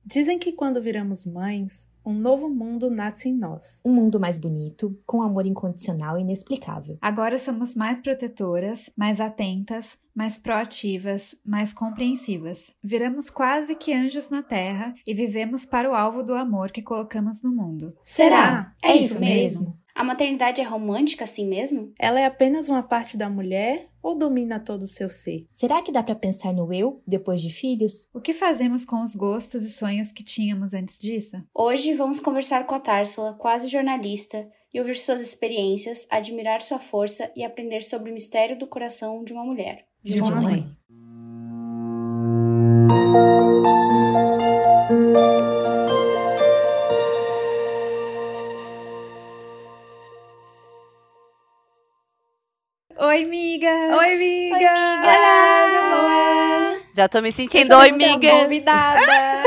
Dizem que quando viramos mães, um novo mundo nasce em nós. Um mundo mais bonito, com amor incondicional e inexplicável. Agora somos mais protetoras, mais atentas, mais proativas, mais compreensivas. Viramos quase que anjos na terra e vivemos para o alvo do amor que colocamos no mundo. Será? É isso mesmo? A maternidade é romântica assim mesmo? Ela é apenas uma parte da mulher ou domina todo o seu ser? Será que dá pra pensar no eu depois de filhos? O que fazemos com os gostos e sonhos que tínhamos antes disso? Hoje vamos conversar com a Társila, quase jornalista, e ouvir suas experiências, admirar sua força e aprender sobre o mistério do coração de uma mulher. De uma mãe. Oi, amigas! Oi, amiga! Olá! Já tô me sentindo, oi, amiga! Convidada!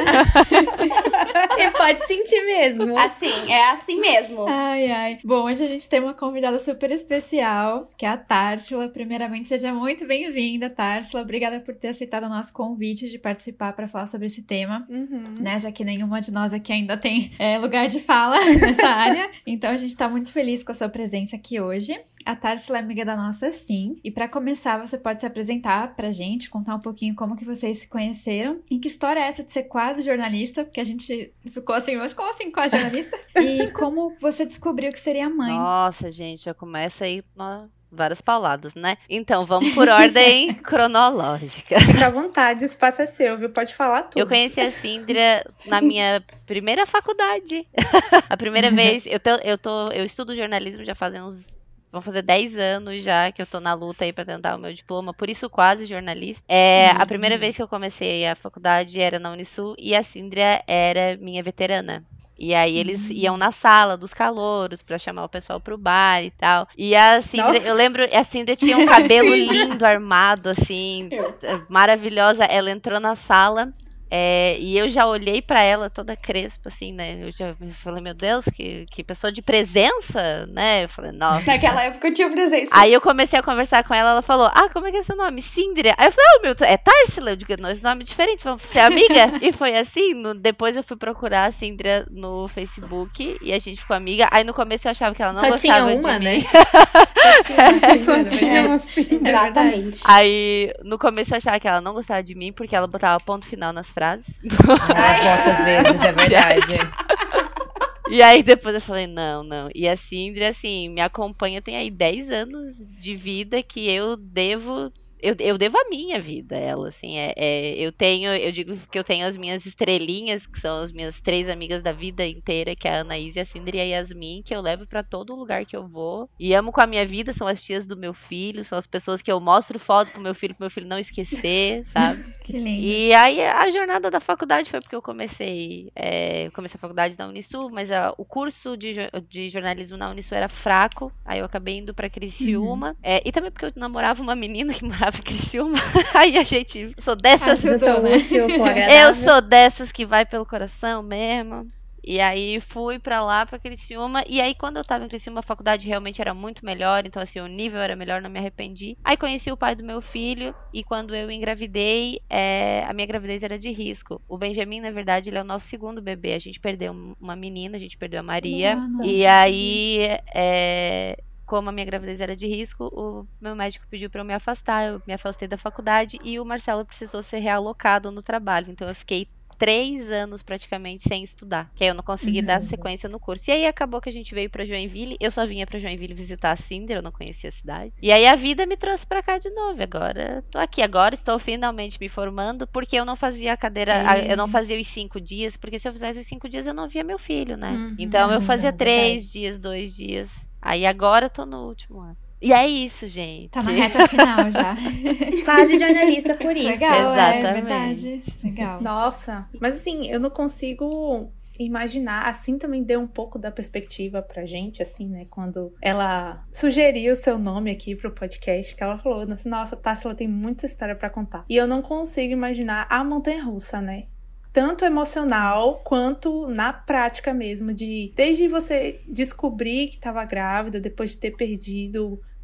E pode sentir mesmo. Assim, é assim mesmo. Ai. Bom, hoje a gente tem uma convidada super especial, que é a Társila. Primeiramente, seja muito bem-vinda, Társila. Obrigada por ter aceitado o nosso convite de participar para falar sobre esse tema, né? Já que nenhuma de nós aqui ainda tem lugar de fala nessa área. Então, a gente tá muito feliz com a sua presença aqui hoje. A Társila é amiga da nossa, sim. E para começar, você pode se apresentar pra gente, contar um pouquinho como que vocês se conheceram. E que história é essa de ser quase jornalista? Porque a gente ficou assim, mas como assim quase jornalista? E como você descobriu que seria mãe? Nossa, gente, já começa aí várias pauladas, né? Então, vamos por ordem cronológica. Fica à vontade, o espaço é seu, viu? Pode falar tudo. Eu conheci a Síndria na minha primeira faculdade. A primeira vez, eu estudo jornalismo já fazem vão fazer 10 anos já que eu tô na luta aí pra tentar o meu diploma, por isso quase jornalista. A primeira vez que eu comecei a faculdade era na Unisul e a Síndria era minha veterana. E aí eles iam na sala dos calouros pra chamar o pessoal pro bar e tal. E a Síndria, eu lembro, a Síndria tinha um cabelo lindo, armado, assim, maravilhosa. Ela entrou na sala. E eu já olhei pra ela toda crespa, assim, né? Eu já falei, meu Deus, que pessoa de presença, né? Eu falei, nossa. Naquela época eu tinha presença. Aí eu comecei a conversar com ela, ela falou, como é que é seu nome? Síndria. Aí eu falei, é Társila. Eu digo, nós nome diferente, vamos ser amiga? E foi assim, depois eu fui procurar a Síndria no Facebook e a gente ficou amiga. Aí no começo eu achava que ela não gostava de mim. Só tinha uma, né? Só tinha uma assim. Exatamente. Aí no começo eu achava que ela não gostava de mim porque ela botava ponto final nas frases. Às vezes, é verdade. E aí depois eu falei, não. E a Síndria, assim, me acompanha, tem aí 10 anos de vida que eu devo a minha vida, ela, assim, eu digo que eu tenho as minhas estrelinhas, que são as minhas 3 amigas da vida inteira, que é a Anaís, a Síndria e a Yasmin, que eu levo pra todo lugar que eu vou, e amo com a minha vida, são as tias do meu filho, são as pessoas que eu mostro foto pro meu filho não esquecer, sabe? Que lindo. E aí a jornada da faculdade foi porque eu comecei a faculdade na Unisul, mas o curso de jornalismo na Unisul era fraco, aí eu acabei indo pra Criciúma, e também porque eu namorava uma menina que morava em Criciúma, aí a gente, sou dessas, eu sou dessas que vai pelo coração mesmo. E aí fui pra lá, pra Criciúma. E aí quando eu tava em Criciúma, a faculdade realmente era muito melhor. Então assim, o nível era melhor, não me arrependi. Aí conheci o pai do meu filho. E quando eu engravidei, a minha gravidez era de risco. O Benjamin, na verdade, ele é o nosso segundo bebê. A gente perdeu uma menina, a gente perdeu a Maria. Nossa, e aí como a minha gravidez era de risco, o meu médico pediu pra eu me afastar. Eu me afastei da faculdade. E o Marcelo precisou ser realocado no trabalho. Então eu fiquei 3 anos praticamente sem estudar, que aí eu não consegui dar sequência no curso. E aí acabou que a gente veio pra Joinville, eu só vinha pra Joinville visitar a Síndria, eu não conhecia a cidade. E aí a vida me trouxe pra cá de novo, agora tô aqui, agora estou finalmente me formando, porque eu não fazia a cadeira, eu não fazia os 5 dias, porque se eu fizesse os 5 dias eu não via meu filho, né? Então eu fazia 3 dias, 2 dias, aí agora eu tô no último ano. E é isso, gente. Tá na reta final já. Quase jornalista por isso. Legal, exatamente. É verdade. Legal. Nossa, mas assim, eu não consigo imaginar, assim também deu um pouco da perspectiva pra gente, assim, né, quando ela sugeriu o seu nome aqui pro podcast, que ela falou, nossa, Társila tem muita história pra contar. E eu não consigo imaginar a montanha-russa, né? Tanto emocional quanto na prática mesmo, desde você descobrir que estava grávida, depois de ter perdido o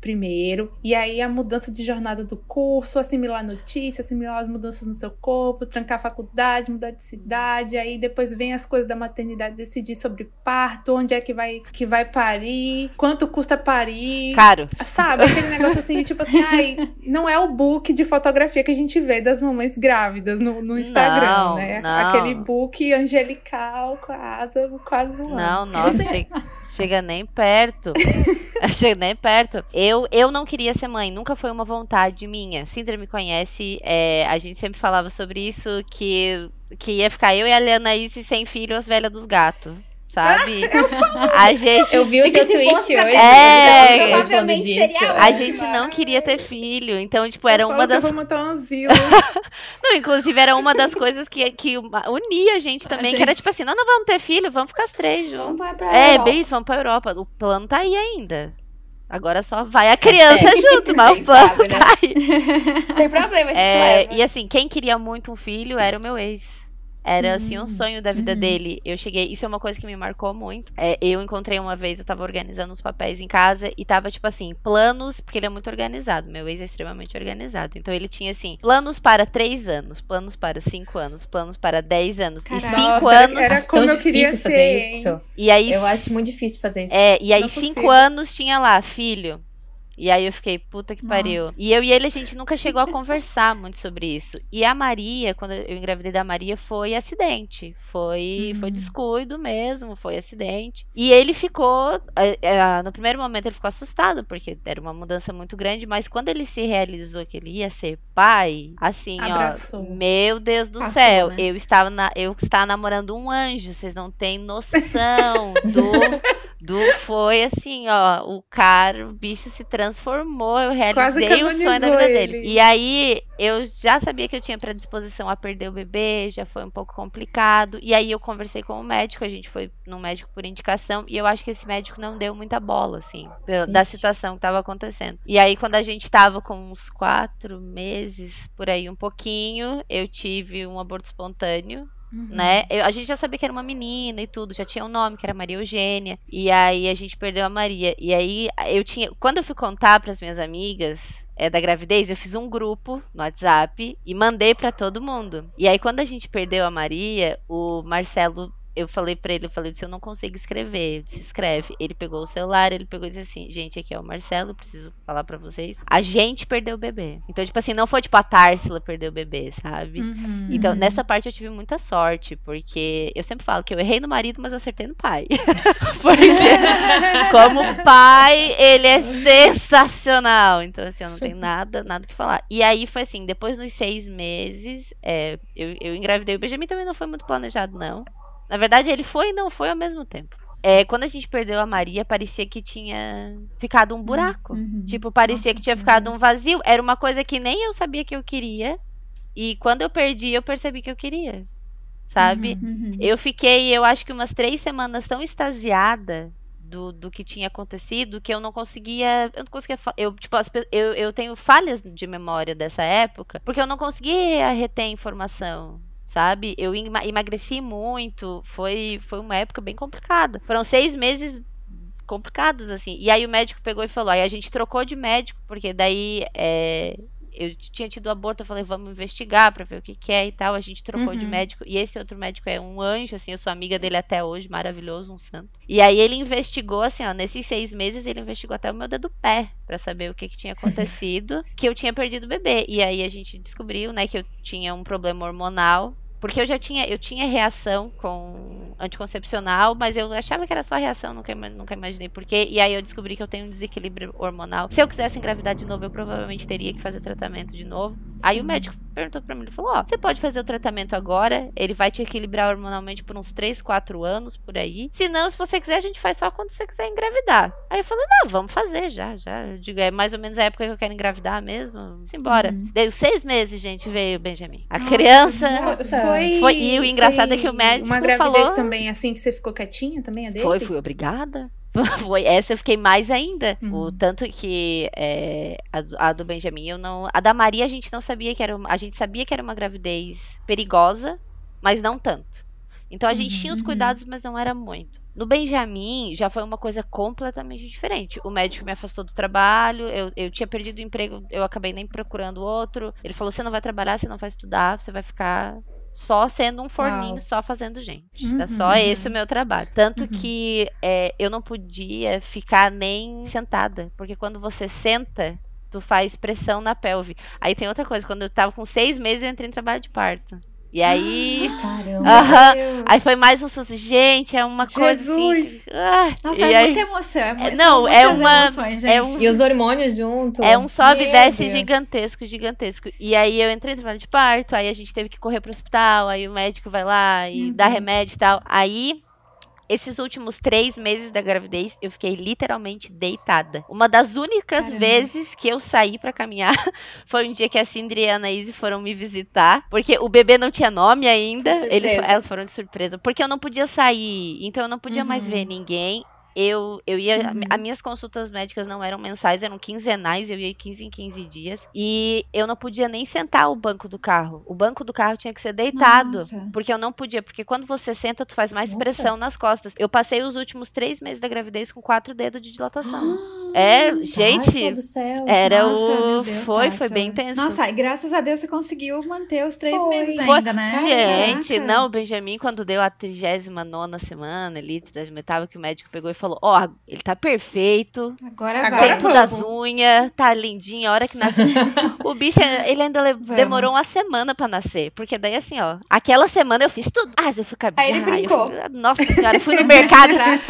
primeiro, e aí a mudança de jornada do curso, assimilar notícias, assimilar as mudanças no seu corpo, trancar a faculdade, mudar de cidade, aí depois vem as coisas da maternidade, decidir sobre parto, onde é que vai parir, quanto custa parir. Caro. Sabe, aquele negócio assim, de tipo assim, não é o book de fotografia que a gente vê das mamães grávidas no Instagram, né? Não. Aquele book angelical com a asa quase voando. Não, nossa, chega nem perto. Chega nem perto. Eu não queria ser mãe, nunca foi uma vontade minha. Cindra me conhece, a gente sempre falava sobre isso, que ia ficar eu e a Leanaíse sem filho, as velhas dos gatos. Sabe? Eu vi o teu tweet hoje. Provavelmente seria a gente não queria ter filho. Então, tipo, era uma das. Eu vou montar um asilo. Não, inclusive, era uma das coisas que unia a gente também. Que era tipo assim: não vamos ter filho, vamos ficar as 3 juntos. Vamos pra Europa. Bem isso, vamos pra Europa. O plano tá aí ainda. Agora só vai a criança junto, mas o plano tá aí. Não tem problema, a gente leva. E assim, quem queria muito um filho era o meu ex. Era, assim, um sonho da vida dele. Eu cheguei... Isso é uma coisa que me marcou muito. Eu encontrei uma vez, eu tava organizando os papéis em casa e tava, tipo assim, planos... Porque ele é muito organizado. Meu ex é extremamente organizado. Então, ele tinha, assim, planos para 3 anos, planos para 5 anos, planos para 10 anos. Caraca. E 5 Nossa, anos... Era como eu queria ser, fazer isso. hein? E aí, Eu acho muito difícil fazer isso. e aí Não 5 consigo. anos tinha lá, filho. E aí eu fiquei, puta que pariu. E eu e ele, a gente nunca chegou a conversar muito sobre isso. E a Maria, quando eu engravidei da Maria, foi acidente. Foi descuido mesmo, foi acidente. E ele ficou, no primeiro momento ele ficou assustado, porque era uma mudança muito grande, mas quando ele se realizou que ele ia ser pai, assim, Abraçou. Meu Deus do Passou, céu. né? Eu estava namorando um anjo, vocês não têm noção foi assim, o bicho se transformou, eu realizei o sonho da vida dele. E aí, eu já sabia que eu tinha predisposição a perder o bebê, já foi um pouco complicado, e aí eu conversei com o médico, a gente foi num médico por indicação, e eu acho que esse médico não deu muita bola, assim, da situação que tava acontecendo. E aí, quando a gente tava com uns 4 meses, por aí um pouquinho, eu tive um aborto espontâneo, né? A gente já sabia que era uma menina e tudo, já tinha um nome, que era Maria Eugênia. E aí a gente perdeu a Maria. E aí quando eu fui contar pras minhas amigas da gravidez, eu fiz um grupo no WhatsApp e mandei pra todo mundo. E aí quando a gente perdeu a Maria, o Marcelo, eu falei pra ele, se eu não consigo escrever, eu disse, escreve. Ele pegou o celular, ele pegou e disse assim, gente, aqui é o Marcelo, preciso falar pra vocês. A gente perdeu o bebê. Então, tipo assim, não foi tipo a Társila perdeu o bebê, sabe? Então, nessa parte eu tive muita sorte, porque eu sempre falo que eu errei no marido, mas eu acertei no pai. Porque, como pai, ele é sensacional. Então, assim, eu não tenho nada que falar. E aí foi assim, depois dos 6 meses, eu engravidei. O Benjamin também não foi muito planejado, não. Na verdade, ele foi e não foi ao mesmo tempo. Quando a gente perdeu a Maria, parecia que tinha ficado um buraco. Tipo, parecia que tinha ficado um vazio. Era uma coisa que nem eu sabia que eu queria. E quando eu perdi, eu percebi que eu queria. Sabe? Eu fiquei, eu acho que umas 3 semanas tão extasiada do que tinha acontecido, que eu não conseguia eu tenho falhas de memória dessa época, porque eu não conseguia reter informação. Sabe? Eu emagreci muito. Foi uma época bem complicada. Foram 6 meses complicados, assim. E aí o médico pegou e falou. Aí a gente trocou de médico, porque daí eu tinha tido aborto. Eu falei, vamos investigar pra ver o que é e tal. A gente trocou de médico. E esse outro médico é um anjo, assim. Eu sou amiga dele até hoje, maravilhoso, um santo. E aí ele investigou, assim, nesses 6 meses, ele investigou até o meu dedo do pé pra saber o que tinha acontecido, que eu tinha perdido o bebê. E aí a gente descobriu, né, que eu tinha um problema hormonal. Porque eu tinha reação com anticoncepcional, mas eu achava que era só reação, nunca imaginei por quê. E aí eu descobri que eu tenho um desequilíbrio hormonal. Se eu quisesse engravidar de novo, eu provavelmente teria que fazer tratamento de novo. Sim. Aí o médico perguntou pra mim, ele falou, você pode fazer o tratamento agora, ele vai te equilibrar hormonalmente por uns 3, 4 anos, por aí. Se não, se você quiser, a gente faz só quando você quiser engravidar. Aí eu falei, não, vamos fazer já. Eu digo, é mais ou menos a época que eu quero engravidar mesmo, simbora. Deu 6 meses, gente, veio o Benjamin. A criança... E o engraçado é que o médico falou... Uma gravidez também, assim, que você ficou quietinha também, a dele? Fui obrigada. Essa eu fiquei mais ainda. O tanto que a do Benjamin, a da Maria a gente não sabia que era a gente sabia que era uma gravidez perigosa, mas não tanto. Então a gente tinha os cuidados, mas não era muito. No Benjamin, já foi uma coisa completamente diferente. O médico me afastou do trabalho, eu tinha perdido o emprego, eu acabei nem procurando outro. Ele falou, você não vai trabalhar, você não vai estudar, você vai ficar só sendo um forninho, só fazendo gente. É só esse o meu trabalho. Tanto que eu não podia ficar nem sentada, porque quando você senta, tu faz pressão na pelve. Aí tem outra coisa, quando eu tava com 6 meses, eu entrei em trabalho de parto. E aí... Caramba. Aí foi mais um susto. Gente, é uma coisa assim... Nossa, é muita emoção. Não, é uma... Emoções, E os hormônios junto. É um sobe e desce Deus. gigantesco. E aí eu entrei em trabalho de parto, aí a gente teve que correr pro hospital, aí o médico vai lá e dá remédio e tal. Aí... Esses últimos 3 meses da gravidez, eu fiquei literalmente deitada. Uma das únicas vezes que eu saí pra caminhar foi um dia que a Sindri e a Anaíse foram me visitar. Porque o bebê não tinha nome ainda. Elas foram de surpresa. Porque eu não podia sair. Então eu não podia mais ver ninguém. Eu ia... As minhas consultas médicas não eram mensais, eram quinzenais. Eu ia 15 em 15 dias. E eu não podia nem sentar o banco do carro. O banco do carro tinha que ser deitado. Nossa. Porque eu não podia. Porque quando você senta, tu faz mais pressão nas costas. Eu passei os últimos 3 meses da gravidez com 4 dedos de dilatação. Gente... do céu. Era meu Deus, foi Tárcia. bem tenso. Nossa, e graças a Deus você conseguiu manter os 3 meses Foi. ainda, né? Gente, Caraca. não, o Benjamin, quando deu a 39ª semana, ele transmitava que o médico pegou e falou, ele tá perfeito, Agora Agora vai. tem tudo as unhas, tá lindinho, a hora que nasceu. O bicho, ele ainda demorou uma semana pra nascer, porque daí assim, aquela semana eu fiz tudo. Eu fui caber. Aí ele brincou. Nossa senhora, fui no mercado.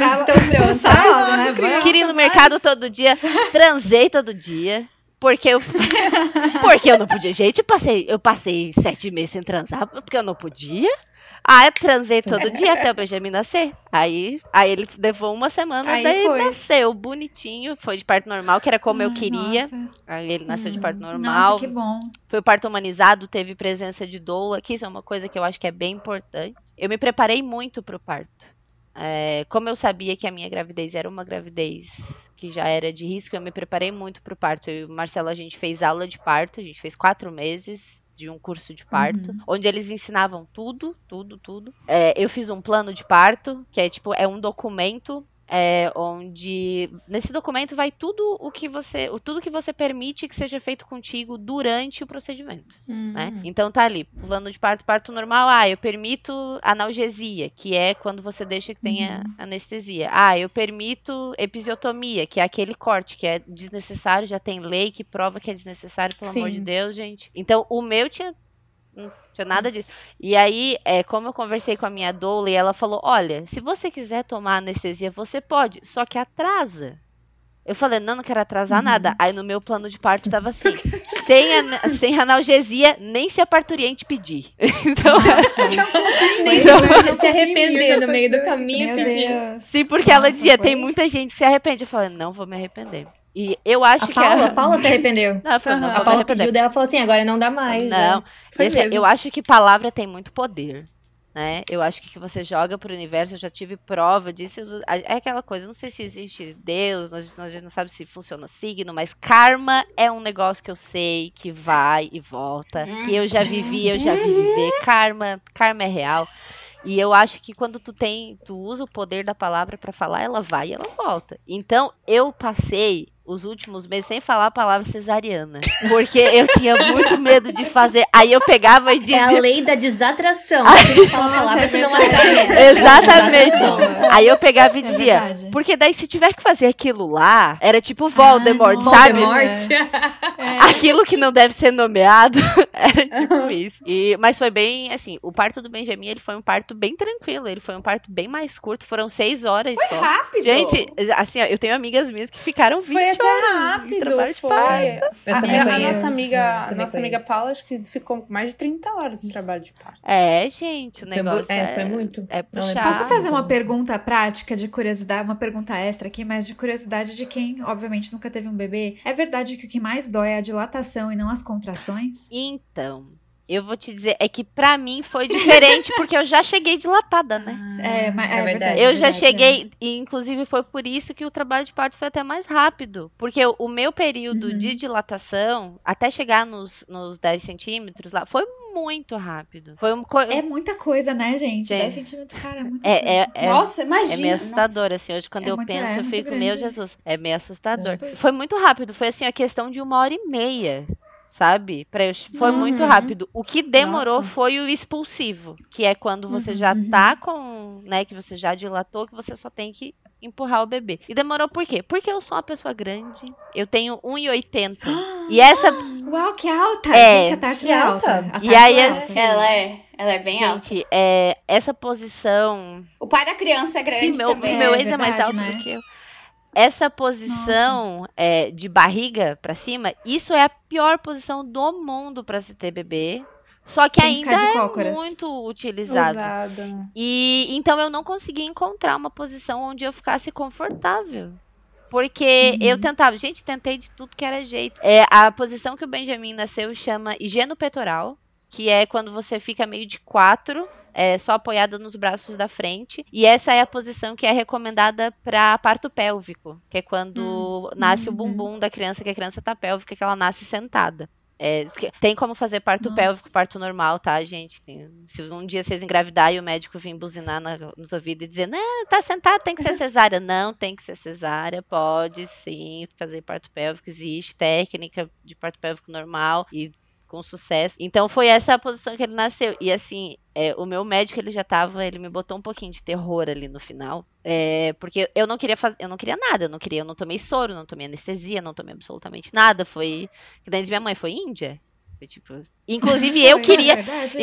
Queria ir no mercado todo dia, transei todo dia. Porque eu não podia. Gente, eu passei 7 meses sem transar, porque eu não podia. Eu transei todo dia até o Benjamin nascer. Aí ele levou uma semana, daí nasceu bonitinho. Foi de parto normal, que era como eu queria. Nossa. Aí ele nasceu de parto normal. Nossa, que bom. Foi o parto humanizado, teve presença de doula, que isso é uma coisa que eu acho que é bem importante. Eu me preparei muito pro parto. Como eu sabia que a minha gravidez era uma gravidez que já era de risco, eu me preparei muito pro parto. Eu e o Marcelo, a gente fez aula de parto, a gente fez 4 meses de um curso de parto, onde eles ensinavam tudo. Eu fiz um plano de parto, que é um documento, onde nesse documento vai tudo que você permite que seja feito contigo durante o procedimento, né? Então tá ali, plano de parto normal, eu permito analgesia, que é quando você deixa que tenha anestesia. Eu permito episiotomia, que é aquele corte que é desnecessário, já tem lei que prova que é desnecessário, pelo amor de Deus, gente. Então o meu não tinha nada disso. E aí, como eu conversei com a minha doula, e ela falou, olha, se você quiser tomar anestesia, você pode, só que atrasa. Eu falei, não quero atrasar nada. Aí no meu plano de parto tava assim, sem analgesia, nem se a parturiente pedir. Então, Você se arrepender no meio do caminho. Sim, porque ela dizia, tem muita gente que se arrepende. Eu falei, não vou me arrepender. E eu acho que a Paula se arrependeu. Não, a Paula pediu dela e falou assim, agora não dá mais. Não, eu acho que palavra tem muito poder, né? Eu acho que você joga pro universo, eu já tive prova disso. É aquela coisa, não sei se existe Deus, a gente não sabe se funciona signo, mas karma é um negócio que eu sei que vai e volta, que eu já vivi viver. Karma é real. E eu acho que quando tu usa o poder da palavra pra falar, ela vai e ela volta. Então, eu passei os últimos meses sem falar a palavra cesariana. Porque eu tinha muito medo de fazer. Aí eu pegava e dizia... É a lei da desatração. Tu não fala a palavra, tu não atrai. Exatamente. Aí eu pegava e dizia... Porque daí se tiver que fazer aquilo lá, era tipo Voldemort, sabe? Aquilo que não deve ser nomeado. Era tipo isso. Mas foi bem, assim, o parto do Benjamin, ele foi um parto bem tranquilo. Ele foi um parto bem mais curto. Foram 6 horas só. Foi rápido. Gente, assim, ó, eu tenho amigas minhas que ficaram 20 horas. Rápido, foi. Eu também conheço. A nossa amiga Paula, acho que ficou mais de 30 horas no trabalho de parto. Gente, o negócio foi muito. É puxado. Posso fazer uma pergunta prática de curiosidade, uma pergunta extra aqui, mas de curiosidade de quem, obviamente, nunca teve um bebê? É verdade que o que mais dói é a dilatação e não as contrações? Então, eu vou te dizer, é que pra mim foi diferente, porque eu já cheguei dilatada, né? É verdade. Eu já cheguei, e inclusive foi por isso que o trabalho de parto foi até mais rápido. Porque o meu período de dilatação, até chegar nos 10 centímetros lá, foi muito rápido. É muita coisa, né, gente? 10 centímetros, cara, é muita coisa. Nossa, imagina. É meio assustador, assim, hoje quando eu penso, eu fico, meu Jesus, é meio assustador. Foi muito rápido, foi assim, a questão de 1h30. Sabe? Foi muito rápido. O que demorou foi o expulsivo, que é quando você já tá com, né, que você já dilatou, que você só tem que empurrar o bebê. E demorou por quê? Porque eu sou uma pessoa grande, eu tenho 1,80. E essa... Uau, que alta! Gente, a Társila é alta. E aí, ela é bem alta. Gente, essa posição... O pai da criança é grande também. Meu ex é mais alto do que eu. Essa posição de barriga pra cima, isso é a pior posição do mundo pra se ter bebê. Só que ainda é muito utilizado. E então eu não consegui encontrar uma posição onde eu ficasse confortável. Porque eu tentava, gente, tentei de tudo que era jeito. A posição que o Benjamin nasceu chama higienompeitoral, que é quando você fica meio de 4, só apoiada nos braços da frente. E essa é a posição que é recomendada para parto pélvico, que é quando nasce o bumbum da criança, que a criança tá pélvica, que ela nasce sentada. Tem como fazer parto pélvico, parto normal, tá, gente? Se um dia vocês engravidarem e o médico vir buzinar nos ouvidos e dizer, não, tá sentado, tem que ser cesárea. Não tem que ser cesárea, pode sim fazer parto pélvico, existe técnica de parto pélvico normal e com sucesso. Então foi essa a posição que ele nasceu. E assim, o meu médico, ele me botou um pouquinho de terror ali no final. Porque eu não queria nada, eu não tomei soro, não tomei anestesia, não tomei absolutamente nada. Foi, que daí minha mãe foi índia. Foi tipo, inclusive eu queria,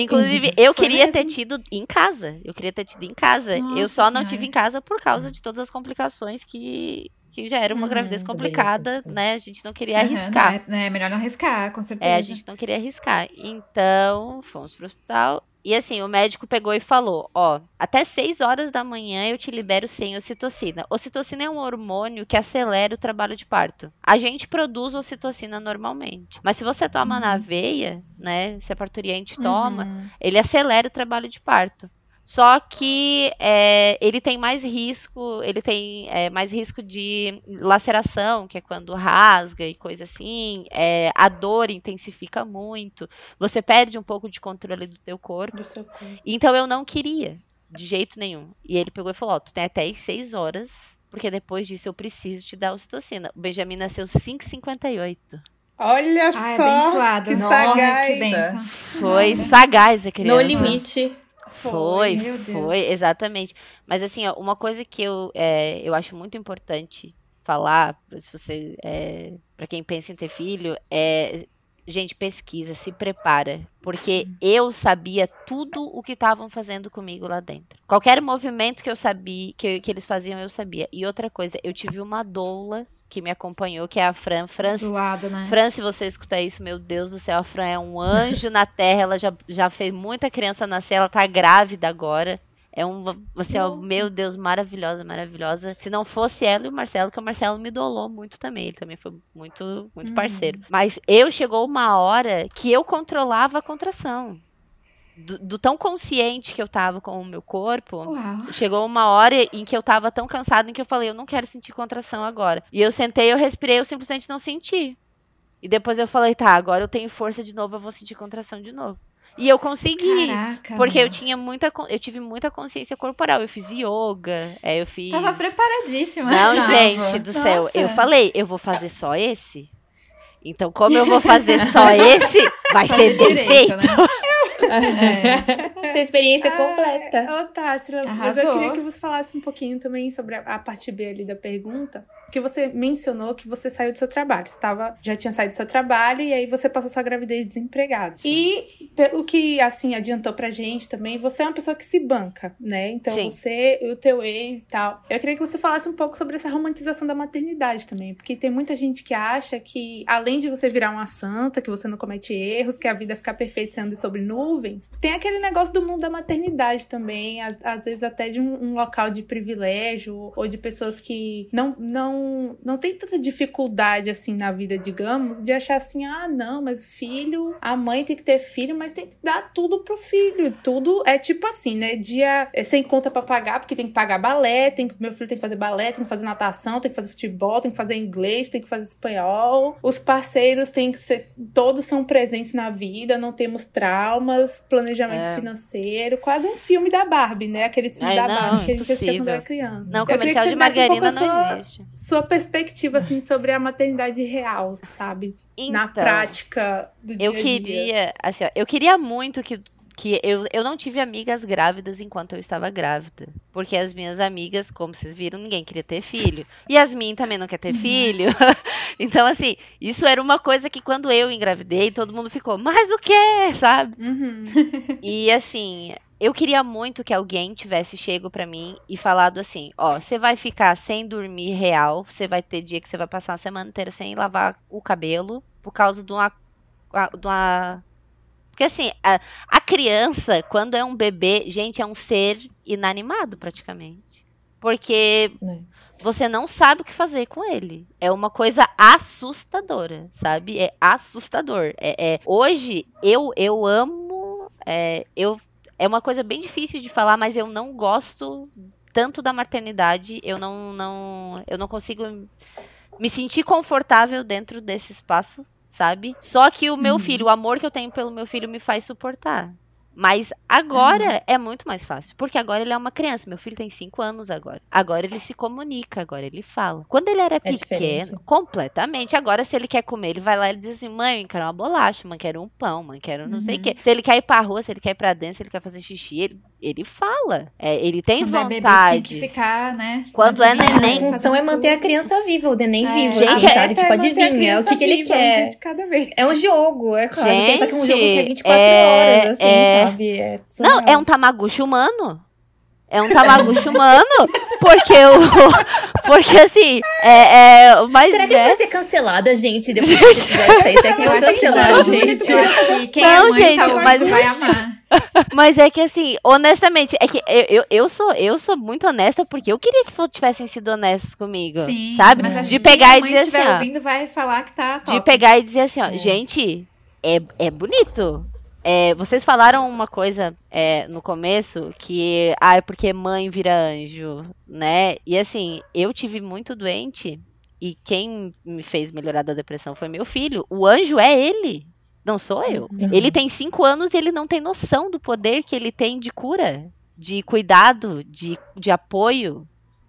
ter tido em casa. Eu queria ter tido em casa. Nossa, eu só não tive em casa por causa de todas as complicações que já era uma gravidez complicada, né? A gente não queria arriscar. É melhor não arriscar, com certeza. A gente não queria arriscar. Então, fomos pro hospital. E assim, o médico pegou e falou, até 6 horas da manhã eu te libero sem ocitocina. Ocitocina é um hormônio que acelera o trabalho de parto. A gente produz ocitocina normalmente. Mas se você toma na veia, né? Se a parturiente toma, ele acelera o trabalho de parto. Só que ele tem mais risco, mais risco de laceração, que é quando rasga e coisa assim. A dor intensifica muito. Você perde um pouco de controle do teu corpo. Do seu corpo. Então eu não queria, de jeito nenhum. E ele pegou e falou, tu tem até 6 horas, porque depois disso eu preciso te dar ocitocina. O Benjamin nasceu 5h58. Olha só, abençoado. que Nossa, sagaz. que benção. Foi sagaz a criança. No limite. Foi, exatamente. Mas assim, uma coisa que eu acho muito importante falar, se você, para quem pensa em ter filho, gente, pesquisa, se prepara, porque eu sabia tudo o que estavam fazendo comigo lá dentro. Qualquer movimento que eu sabia, que eles faziam, eu sabia. E outra coisa, eu tive uma doula que me acompanhou, que é a Fran. Do lado, né? Fran, se você escutar isso, meu Deus do céu, a Fran é um anjo na terra, ela já fez muita criança nascer, ela tá grávida agora. Meu Deus, maravilhosa, maravilhosa. Se não fosse ela e o Marcelo, que o Marcelo me idolou muito também, ele também foi muito, muito parceiro. Mas chegou uma hora que eu controlava a contração. Do tão consciente que eu tava com o meu corpo, chegou uma hora em que eu tava tão cansada em que eu falei, eu não quero sentir contração agora. E eu sentei, eu respirei, eu simplesmente não senti. E depois eu falei, tá, agora eu tenho força de novo, eu vou sentir contração de novo. E eu consegui, porque eu tive muita consciência corporal. Eu fiz yoga, eu fiz... Tava preparadíssima. Não, gente do céu, eu falei, eu vou fazer só esse? Então, como eu vou fazer só esse, vai ser bem feito. Né? Essa experiência completa. Társila, mas eu queria que você falasse um pouquinho também sobre a parte B ali da pergunta, porque você mencionou que você saiu do seu trabalho. Você já tinha saído do seu trabalho e aí você passou sua gravidez desempregado. Sim. E pelo que, assim, adiantou pra gente também, você é uma pessoa que se banca, né? Então você e o teu ex e tal. Eu queria que você falasse um pouco sobre essa romantização da maternidade também, porque tem muita gente que acha que, além de você virar uma santa, que você não comete erros, que a vida fica perfeita, você anda sobre nuvens, tem aquele negócio do mundo da maternidade também, às vezes até de um local de privilégio, ou de pessoas que não não tem tanta dificuldade, assim, na vida, digamos, de achar assim, não, mas filho, a mãe tem que ter filho, mas tem que dar tudo pro filho. Tudo é tipo assim, né? Dia sem conta pra pagar, porque tem que pagar balé, meu filho tem que fazer balé, tem que fazer natação, tem que fazer futebol, tem que fazer inglês, tem que fazer espanhol. Os parceiros têm que ser, todos são presentes na vida, não temos traumas, planejamento financeiro, quase um filme da Barbie, né? Aquele filme da Barbie que a gente assistia quando era criança. Não, comercial de margarina não existe. Sua perspectiva, assim, sobre a maternidade real, sabe? Então, na prática do dia a dia. Assim, ó, eu queria muito que eu não tive amigas grávidas enquanto eu estava grávida. Porque as minhas amigas, como vocês viram, ninguém queria ter filho. E Yasmin também não quer ter filho. Então, assim, isso era uma coisa que quando eu engravidei, todo mundo ficou, mas o quê? Sabe? E, assim, eu queria muito que alguém tivesse chego pra mim e falado assim, você vai ficar sem dormir real, você vai ter dia que você vai passar uma semana inteira sem lavar o cabelo, por causa de uma porque assim, a criança, quando é um bebê, gente, é um ser inanimado praticamente. Porque você não sabe o que fazer com ele. É uma coisa assustadora, sabe? É assustador. Hoje, eu amo... É uma coisa bem difícil de falar, mas eu não gosto tanto da maternidade. Eu não consigo me sentir confortável dentro desse espaço, sabe? Só que o meu filho, o amor que eu tenho pelo meu filho me faz suportar. Mas agora é muito mais fácil, porque agora ele é uma criança. Meu filho tem 5 anos agora. Agora ele se comunica, agora ele fala. Quando ele era pequeno, diferente. Completamente. Agora, se ele quer comer, ele vai lá e diz assim, mãe, eu quero uma bolacha, mãe, quero um pão, mãe, quero não sei o quê. Se ele quer ir pra rua, se ele quer ir pra dentro, se ele quer fazer xixi, ele fala. Ele tem vontade. Bebê, tem que ficar, né? Quando é neném... A função é manter a criança viva, o neném vivo. Gente, sabe? Tipo, adivinha, o que ele quer. Um dia de cada vez. É um jogo, é claro. Gente, só que é um jogo que é 24 horas, assim, sabe? Não, é um Tamagotchi humano. É um Tamagotchi humano. Porque assim, mas será que a gente vai ser cancelada, gente? Depois que fizer isso aí, será que eu vou cancelar, gente? Eu acho que quem é mãe tá ouvindo vai amar. Mas é que assim, honestamente, é que eu sou muito honesta porque eu queria que tivessem sido honestos comigo. Sim, sabe? Mas de pegar e dizer assim, estiver ouvindo, vai falar que tá top. De pegar e dizer assim, gente, é bonito. Vocês falaram uma coisa no começo que é porque mãe vira anjo, né? E assim, eu tive muito doente e quem me fez melhorar da depressão foi meu filho. O anjo é ele, não sou eu. Ele tem 5 anos e ele não tem noção do poder que ele tem de cura, de cuidado, de apoio.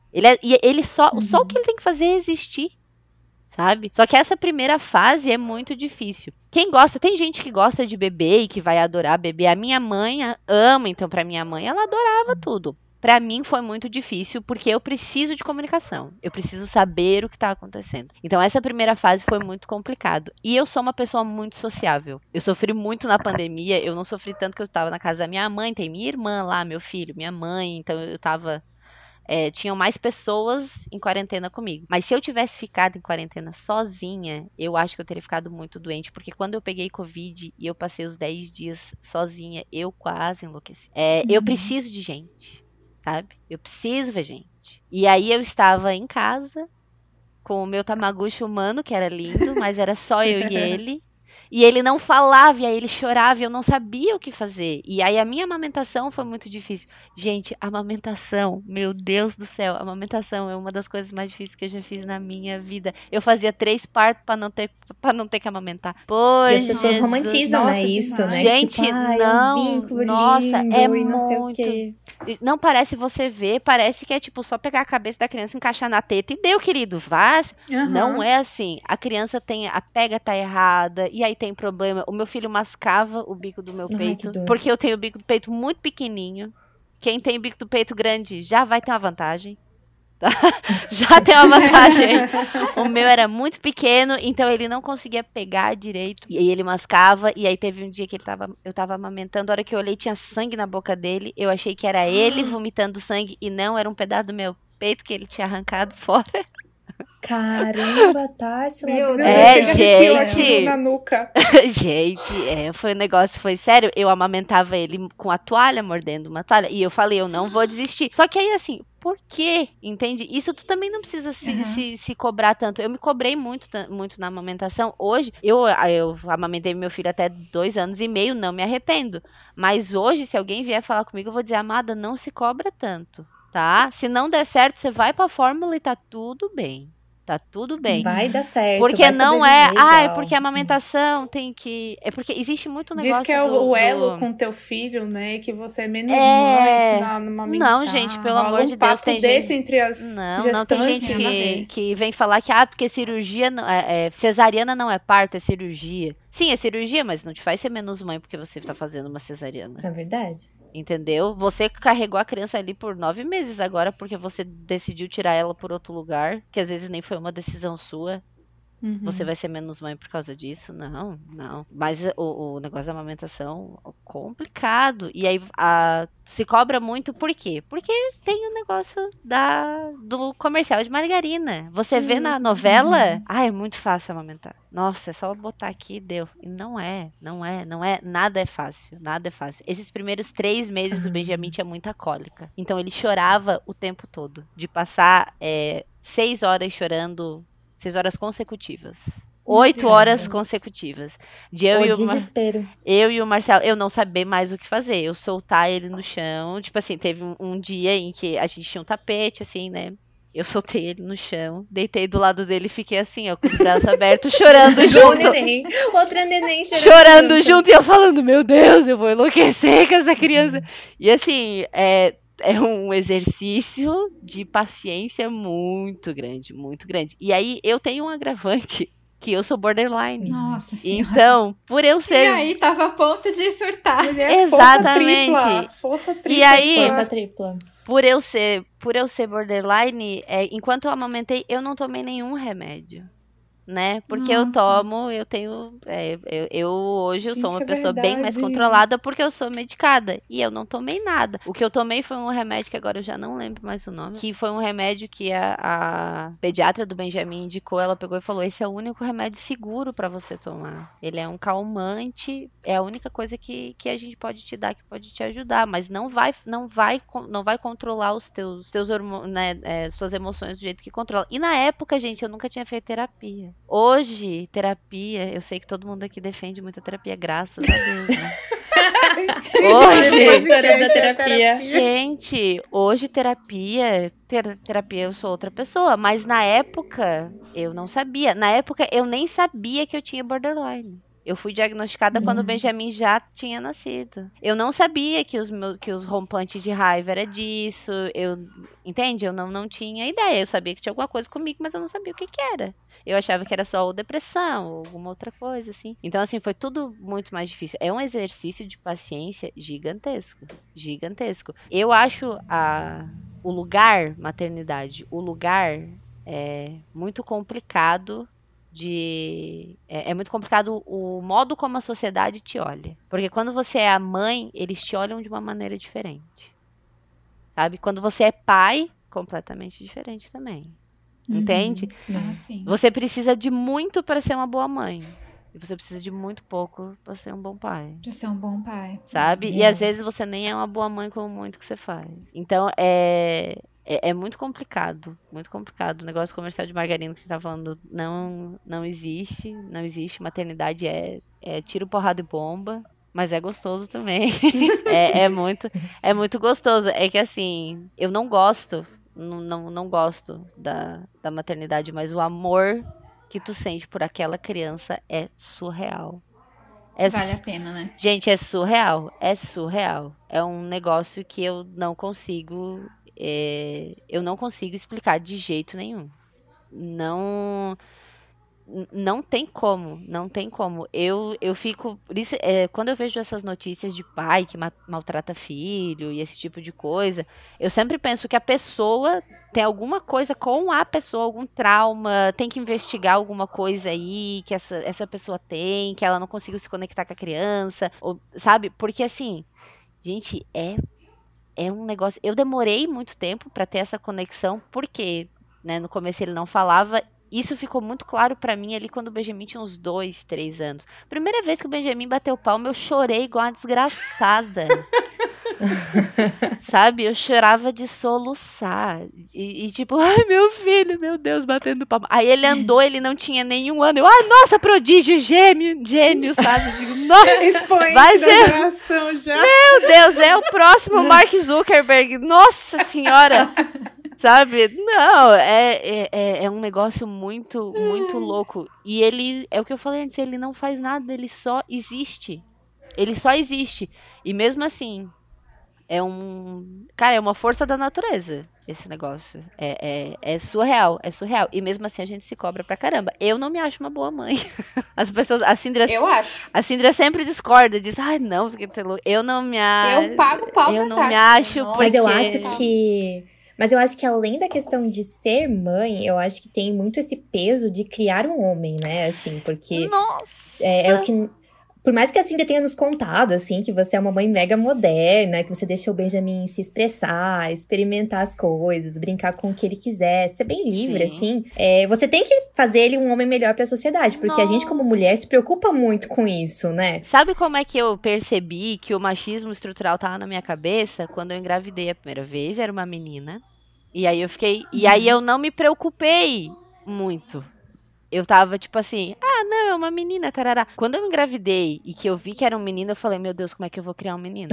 Só o que ele tem que fazer é existir. Sabe? Só que essa primeira fase é muito difícil. Tem gente que gosta de bebê e que vai adorar bebê. A minha mãe ama, então pra minha mãe ela adorava tudo. Pra mim foi muito difícil porque eu preciso de comunicação. Eu preciso saber o que tá acontecendo. Então essa primeira fase foi muito complicado. E eu sou uma pessoa muito sociável. Eu sofri muito na pandemia. Eu não sofri tanto que eu tava na casa da minha mãe. Tem minha irmã lá, meu filho, minha mãe. Então eu tava... tinham mais pessoas em quarentena comigo. Mas se eu tivesse ficado em quarentena sozinha, eu acho que eu teria ficado muito doente. Porque quando eu peguei Covid e eu passei os 10 dias sozinha, eu quase enlouqueci. Eu preciso de gente, sabe? Eu preciso ver gente. E aí eu estava em casa com o meu Tamagotchi humano, que era lindo, mas era só eu e ele. E ele não falava, e aí ele chorava, e eu não sabia o que fazer. E aí a minha amamentação foi muito difícil. Gente, amamentação, meu Deus do céu, amamentação é uma das coisas mais difíceis que eu já fiz na minha vida. Eu fazia 3 partos pra não ter que amamentar. E as pessoas romantizam, né, isso, né? Gente, tipo, não, é um vínculo nossa, lindo, é e não sei muito... o quê. Não parece você ver, parece que é tipo só pegar a cabeça da criança, encaixar na teta e deu, querido, vaz. Não é assim. A criança a pega tá errada, e aí tem problema. O meu filho mascava o bico do meu peito, porque eu tenho o bico do peito muito pequenininho. Quem tem o bico do peito grande já vai ter uma vantagem. Tá? Já tem uma vantagem. O meu era muito pequeno, então ele não conseguia pegar direito. E aí ele mascava, e aí teve um dia que eu tava amamentando, a hora que eu olhei tinha sangue na boca dele. Eu achei que era ele vomitando sangue, e não, era um pedaço do meu peito que ele tinha arrancado fora. Caramba, tá? Gente. Na nuca. Gente, foi um negócio, foi sério. Eu amamentava ele com a toalha, mordendo uma toalha. E eu falei, eu não vou desistir. Só que aí, assim, por quê, entende? Isso tu também não precisa se cobrar tanto. Eu me cobrei muito na amamentação. Hoje, eu amamentei meu filho até 2 anos e meio, não me arrependo. Mas hoje, se alguém vier falar comigo, eu vou dizer, amada, não se cobra tanto, tá? Se não der certo, você vai pra fórmula e tá tudo bem. Tá tudo bem. Vai dar certo. Porque não é porque a amamentação tem que... É porque existe muito negócio. Diz que é o elo com teu filho, né? Que você é menos mãe no amamentar. Não, gente, pelo amor de Deus, tem desse gente... entre as Não tem gente que vem falar que porque cirurgia cesariana não é parto, é cirurgia. Sim, é cirurgia, mas não te faz ser menos mãe porque você tá fazendo uma cesariana. É verdade. Entendeu? Você carregou a criança ali por 9 meses agora porque você decidiu tirar ela por outro lugar, que às vezes nem foi uma decisão sua. Você vai ser menos mãe por causa disso? Não. Mas o negócio da amamentação é complicado. E aí se cobra muito por quê? Porque tem o negócio do comercial de margarina. Você vê na novela, é muito fácil amamentar. Nossa, é só botar aqui e deu. E não é. Nada é fácil. Esses primeiros 3 meses o Benjamin tinha muita cólica. Então ele chorava o tempo todo. De passar 6 horas chorando... 6 horas consecutivas. 8 horas consecutivas. Desespero. Eu e o Marcelo, eu não sabia mais o que fazer. Eu soltar ele no chão. Tipo assim, teve um dia em que a gente tinha um tapete, assim, né? Eu soltei ele no chão, deitei do lado dele e fiquei assim, ó, com os braços abertos, chorando junto. Outra neném chorando junto. E eu falando, meu Deus, eu vou enlouquecer com essa criança. E assim, é um exercício de paciência muito grande, muito grande. E aí, eu tenho um agravante, que eu sou borderline. Nossa Senhora. Então, por eu ser... E aí, tava a ponto de surtar. Exatamente. Força tripla. E aí, força tripla. Por eu ser borderline, enquanto eu amamentei, eu não tomei nenhum remédio. Né? Porque eu tenho... eu hoje eu sou uma pessoa bem mais controlada porque eu sou medicada. E eu não tomei nada. O que eu tomei foi um remédio que agora eu já não lembro mais o nome. Que foi um remédio que a pediatra do Benjamin indicou. Ela pegou e falou, esse é o único remédio seguro pra você tomar. Ele é um calmante. É a única coisa que a gente pode te dar, que pode te ajudar. Mas não vai controlar os teus hormônios, né, suas emoções do jeito que controla. E na época, gente, eu nunca tinha feito terapia. Hoje, terapia, eu sei que todo mundo aqui defende muita terapia, graças a Deus, né? Hoje, da terapia. Gente, hoje terapia eu sou outra pessoa, mas na época eu não sabia. Na época eu nem sabia que eu tinha borderline. Eu fui diagnosticada quando o Benjamin já tinha nascido. Eu não sabia que os rompantes de raiva era disso. Entende? Eu não tinha ideia. Eu sabia que tinha alguma coisa comigo, mas eu não sabia o que era. Eu achava que era só depressão ou alguma outra coisa, assim. Então, assim, foi tudo muito mais difícil. É um exercício de paciência gigantesco. Gigantesco. Eu acho o lugar, maternidade, é muito complicado. É muito complicado o modo como a sociedade te olha. Porque quando você é a mãe, eles te olham de uma maneira diferente. Sabe? Quando você é pai, completamente diferente também. Entende? Sim. Você precisa de muito para ser uma boa mãe. E você precisa de muito pouco para ser um bom pai. Pra ser um bom pai. Sabe? E às vezes você nem é uma boa mãe com muito que você faz. Então, é muito complicado, muito complicado. O negócio comercial de margarina que você tá falando não existe, maternidade é tiro, porrada e bomba, mas é gostoso também. é muito gostoso. É que assim, eu não gosto da maternidade, mas o amor que tu sente por aquela criança é surreal. Vale a pena, né? Gente, é surreal. É um negócio que eu não consigo explicar de jeito nenhum. Não tem como. Eu fico... Por isso, quando eu vejo essas notícias de pai que maltrata filho e esse tipo de coisa, eu sempre penso que a pessoa tem alguma coisa com a pessoa, algum trauma, tem que investigar alguma coisa aí que essa pessoa tem, que ela não conseguiu se conectar com a criança, sabe? Porque assim, gente, é um negócio... Eu demorei muito tempo pra ter essa conexão, porque, né, no começo ele não falava. Isso ficou muito claro pra mim ali quando o Benjamin tinha uns 2, 3 anos. Primeira vez que o Benjamin bateu palma, eu chorei igual uma desgraçada. Sabe? Eu chorava de soluçar. E tipo, ai, meu filho, meu Deus, batendo palma. Aí ele andou, ele não tinha nenhum ano. Eu, nossa, prodígio, gêmeo, sabe? Eu digo, nossa, expoente vai da ser... geração já. Meu Deus, é o próximo Mark Zuckerberg. Nossa senhora. Sabe? Não, é um negócio muito, muito louco. E ele, é o que eu falei antes, ele não faz nada, ele só existe. Ele só existe. E mesmo assim, cara, é uma força da natureza, esse negócio. É surreal, é surreal. E mesmo assim a gente se cobra pra caramba. Eu não me acho uma boa mãe. As pessoas, Eu acho. A Síndria sempre discorda, diz, não, eu não me acho. Eu pago pau pra Eu não me acho Nossa. porque... Mas eu acho que além da questão de ser mãe, eu acho que tem muito esse peso de criar um homem, né? Assim, porque Nossa! é o que... Por mais que a Cindy tenha nos contado, assim, que você é uma mãe mega moderna, que você deixou o Benjamin se expressar, experimentar as coisas, brincar com o que ele quiser, ser bem livre, Sim. assim. Você tem que fazer ele um homem melhor pra sociedade, porque a gente, como mulher, se preocupa muito com isso, né? Sabe como é que eu percebi que o machismo estrutural tava na minha cabeça? Quando eu engravidei a primeira vez, era uma menina. E aí eu fiquei... E aí eu não me preocupei muito. Eu tava tipo assim, não, é uma menina, tarará. Quando eu engravidei e que eu vi que era um menino, eu falei, meu Deus, como é que eu vou criar um menino?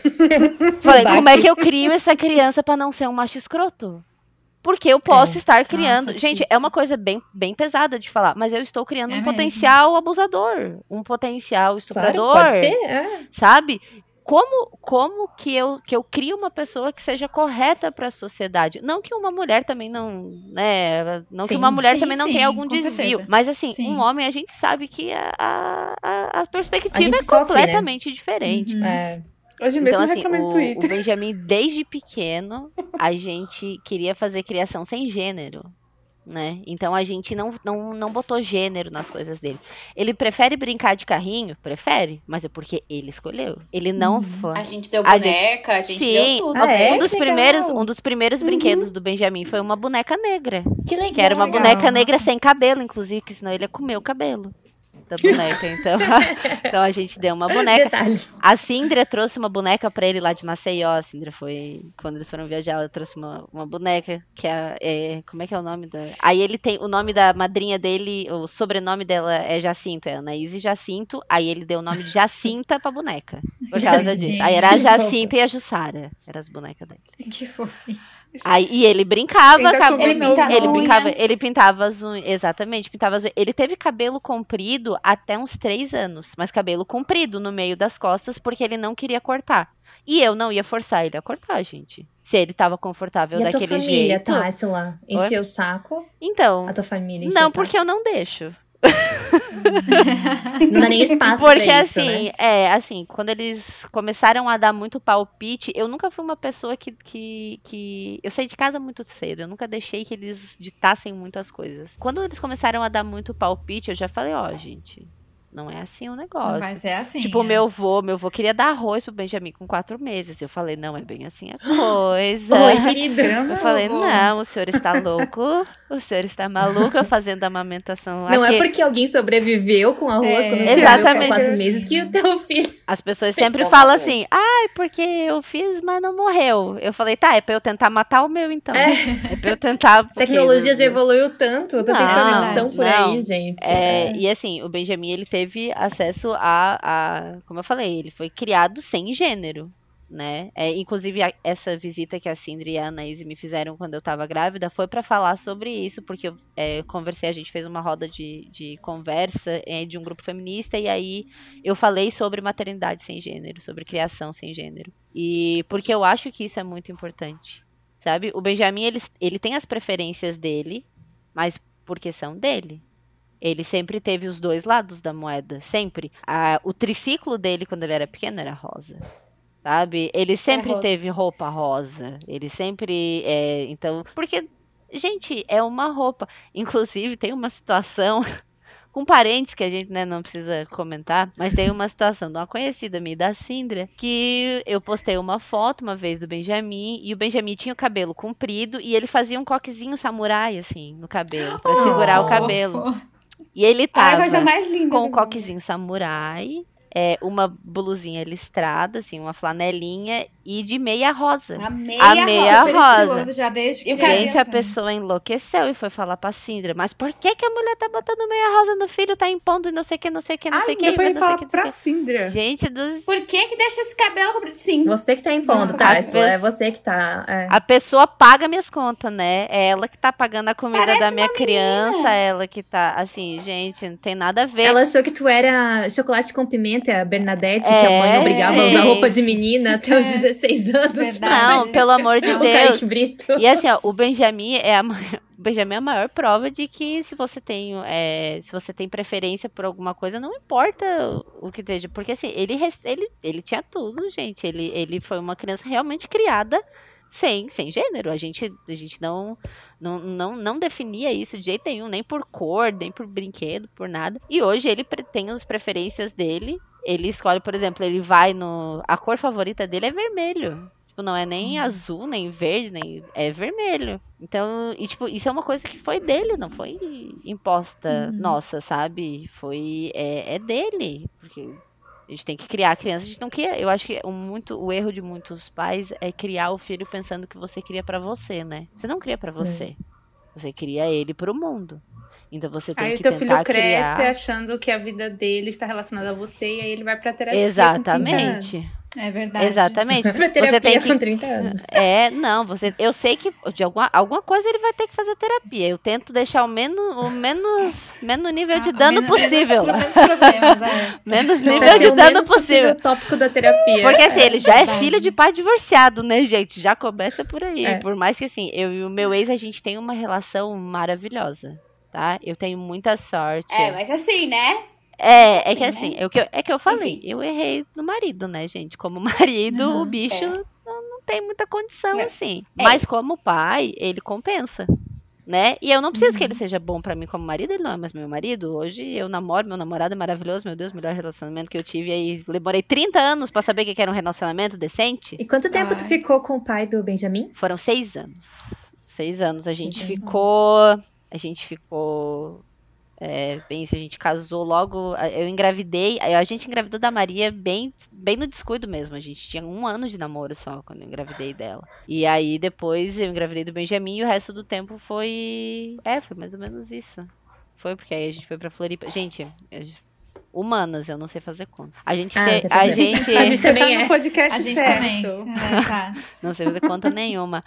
Falei, como é que eu crio essa criança pra não ser um macho escroto? Porque eu posso estar criando... Nossa, gente, difícil. é uma coisa bem, bem pesada de falar, mas eu estou criando um potencial abusador, um potencial estuprador. Claro, pode ser, sabe? Como que eu crio uma pessoa que seja correta para a sociedade? Não que uma mulher também não, né? Não que uma mulher também não tenha algum desvio. Certeza. Mas assim, Sim. um homem a gente sabe que a perspectiva gente é sofre, completamente diferente. Hoje mesmo Então, eu assim, reclamei no o Twitter. Benjamin, desde pequeno, a gente queria fazer criação sem gênero. Né? Então a gente não botou gênero nas coisas dele. Ele prefere brincar de carrinho? Prefere, mas é porque ele escolheu. Ele não foi. A gente deu boneca, a gente deu tudo. Um dos primeiros brinquedos do Benjamin foi uma boneca negra. Que legal. Que era uma boneca negra sem cabelo, inclusive, que senão ele ia comer o cabelo da boneca. Então a gente deu uma boneca. Detalhes. A Síndria trouxe uma boneca pra ele lá de Maceió. A Síndria foi... Quando eles foram viajar, ela trouxe uma boneca, que como é que é o nome da... Aí ele tem o nome da madrinha dele, o sobrenome dela é Jacinto, é Anaíse Jacinto. Aí ele deu o nome de Jacinta pra boneca. Por causa disso. Aí era a Jacinta e a Jussara. Eram as bonecas dele. Que fofinho. Aí, e ele brincava, Ele pintava as unhas, exatamente, pintava as unhas. Ele teve cabelo comprido até uns 3 anos, mas cabelo comprido no meio das costas, porque ele não queria cortar. E eu não ia forçar ele a cortar, gente. Se ele tava confortável daquele jeito. E a tua família, Társila, encheu o saco? Então, A tua família encheu o saco? não, porque eu não deixo. Não dá nem espaço porque pra isso, assim, né? assim, quando eles começaram a dar muito palpite, eu nunca fui uma pessoa que eu saí de casa muito cedo, eu nunca deixei que eles ditassem muito as coisas. Quando eles começaram a dar muito palpite, eu já falei, gente, não é assim o negócio. Mas é assim. Tipo, meu avô queria dar arroz pro Benjamin com 4 meses. Eu falei, não é bem assim a coisa. Oi, querido. Eu falei, não, o senhor está louco, o senhor está maluco fazendo a amamentação lá. Não é porque alguém sobreviveu com arroz quando tinha exatamente. 4 meses que o teu filho... As pessoas sempre falam assim, porque eu fiz, mas não morreu. Eu falei, tá, é pra eu tentar matar o meu, então. É pra eu tentar... A tecnologia já evoluiu tanto, tanta informação por aí, gente. E assim, o Benjamin, ele teve acesso a, como eu falei, ele foi criado sem gênero, né? Inclusive, essa visita que a Síndria e a Anaíse me fizeram quando eu tava grávida foi pra falar sobre isso, porque eu conversei, a gente fez uma roda de conversa de um grupo feminista, e aí eu falei sobre maternidade sem gênero, sobre criação sem gênero. E porque eu acho que isso é muito importante, sabe? O Benjamin, ele tem as preferências dele, mas porque são dele. Ele sempre teve os dois lados da moeda, sempre. O triciclo dele, quando ele era pequeno, era rosa. Sabe? Ele sempre teve roupa rosa. Ele sempre... então... Porque, gente, é uma roupa. Inclusive, tem uma situação... com parentes que a gente não precisa comentar, mas tem uma situação de uma conhecida minha, da Síndria, que eu postei uma foto uma vez do Benjamin, e o Benjamin tinha o cabelo comprido, e ele fazia um coquezinho samurai, assim, no cabelo, pra segurar o cabelo. E ele tava coisa mais linda com um coquezinho samurai, uma blusinha listrada, assim, uma flanelinha, e de meia rosa. A meia rosa. Já desde que gente, a pessoa enlouqueceu e foi falar pra Sindra, mas por que a mulher tá botando meia rosa no filho, tá impondo e não sei o que, não sei o que, não sei o que. Foi falar pra Sindra. Gente, por que deixa esse cabelo comprido? Sim. Você que tá impondo, Társila, é você que tá... A pessoa paga minhas contas, né? É ela que tá pagando a comida da minha criança, ela que tá, assim, gente, não tem nada a ver. Ela achou que tu era chocolate com pimenta, a Bernadette, que a mãe obrigava a usar roupa de menina até os 16 anos. Verdade. Não, pelo amor de O Deus. Kaique Brito. E assim, ó, o Benjamin é a maior prova de que se você tem preferência por alguma coisa, não importa o que esteja. Porque assim, ele tinha tudo, gente. Ele foi uma criança realmente criada sem gênero. A gente não definia isso de jeito nenhum, nem por cor, nem por brinquedo, por nada. E hoje ele tem as preferências dele. Ele escolhe, por exemplo, ele vai a cor favorita dele é vermelho. Tipo, não é nem azul, nem verde, nem é vermelho. Então, e tipo, isso é uma coisa que foi dele, não foi imposta nossa, sabe? É dele, porque a gente tem que criar a criança, a gente não cria. Eu acho que o erro de muitos pais é criar o filho pensando que você cria pra você, né? Você não cria pra você. Você cria ele pro mundo. Então você tem que tentar criar... Aí o teu filho cresce achando que a vida dele está relacionada a você e aí ele vai pra terapia. Exatamente. É verdade. Exatamente. Pra terapia você tem com 30 anos. Eu sei que de alguma coisa ele vai ter que fazer terapia. Eu tento deixar o menos nível de dano possível. Menos nível de dano possível. O tópico da terapia. Porque assim, ele já é filho de pai divorciado, né, gente? Já começa por aí. Por mais que assim, eu e o meu ex, a gente tem uma relação maravilhosa, tá? Eu tenho muita sorte. Mas assim, né? É que assim, é que eu falei, enfim. Eu errei no marido, né, gente? Como marido, o bicho não tem muita condição, assim. Mas como pai, ele compensa, né? E eu não preciso que ele seja bom pra mim como marido, ele não é mais meu marido. Hoje eu namoro, meu namorado é maravilhoso, meu Deus, o melhor relacionamento que eu tive. Aí demorei 30 anos pra saber o que era um relacionamento decente. E quanto tempo tu ficou com o pai do Benjamin? Foram 6 anos. 6 anos. A gente ficou... bem, se a gente casou logo, eu engravidei, a gente engravidou da Maria bem no descuido mesmo, a gente tinha 1 ano de namoro só quando eu engravidei dela. E aí depois eu engravidei do Benjamin e o resto do tempo foi mais ou menos isso. Foi porque aí a gente foi pra Floripa. Gente, humanas, eu não sei fazer conta. A gente também no podcast a gente certo. Também. Tá. Não sei fazer conta nenhuma.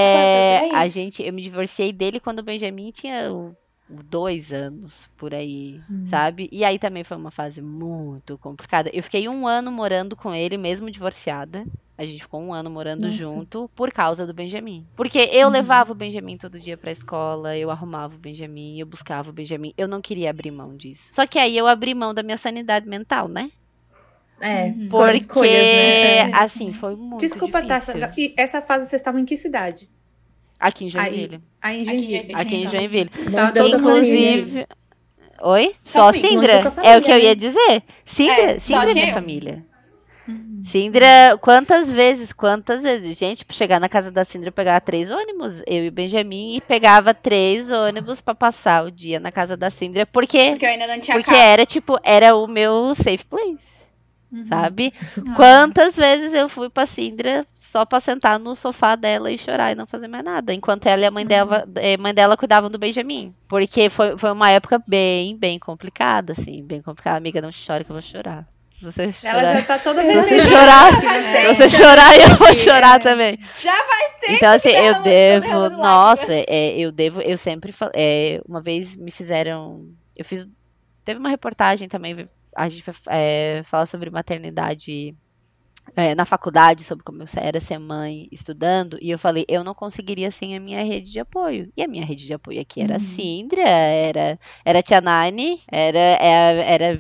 Eu me divorciei dele quando o Benjamin tinha 2 anos, por aí, sabe? E aí também foi uma fase muito complicada. Eu fiquei 1 ano morando com ele, mesmo divorciada. A gente ficou 1 ano morando junto por causa do Benjamin. Porque eu levava o Benjamin todo dia pra escola, eu arrumava o Benjamin, eu buscava o Benjamin. Eu não queria abrir mão disso. Só que aí eu abri mão da minha sanidade mental, né? Porque escolhas, né? Assim, foi muito Desculpa, difícil. Tassa, e essa fase vocês estavam em que cidade? Aqui em Joinville. Aí em Joinville. Aqui em Joinville. Inclusive... Oi? Só Sindra? É o que eu ia dizer. Sindra é minha família. Sindra, quantas vezes? Gente, pra chegar na casa da Sindra, eu pegava 3 ônibus. Eu e o Benjamin e pegava 3 ônibus pra passar o dia na casa da Sindra. Porque eu ainda não tinha Porque era o meu safe place. Sabe? Quantas vezes eu fui pra Sindra só pra sentar no sofá dela e chorar e não fazer mais nada, enquanto ela e a mãe dela cuidavam do Benjamin, porque foi uma época bem complicada, assim, bem complicada. Amiga, não chora que eu vou chorar. Ela já tá toda vermelha. Você chorar e eu vou chorar também. Já faz tempo. Então assim, eu devo, nossa, eu sempre uma vez me fizeram, teve uma reportagem também. A gente fala sobre maternidade na faculdade, sobre como era ser mãe estudando, e eu falei, eu não conseguiria sem a minha rede de apoio. E a minha rede de apoio aqui era a Sindra, era a Tia Nine, era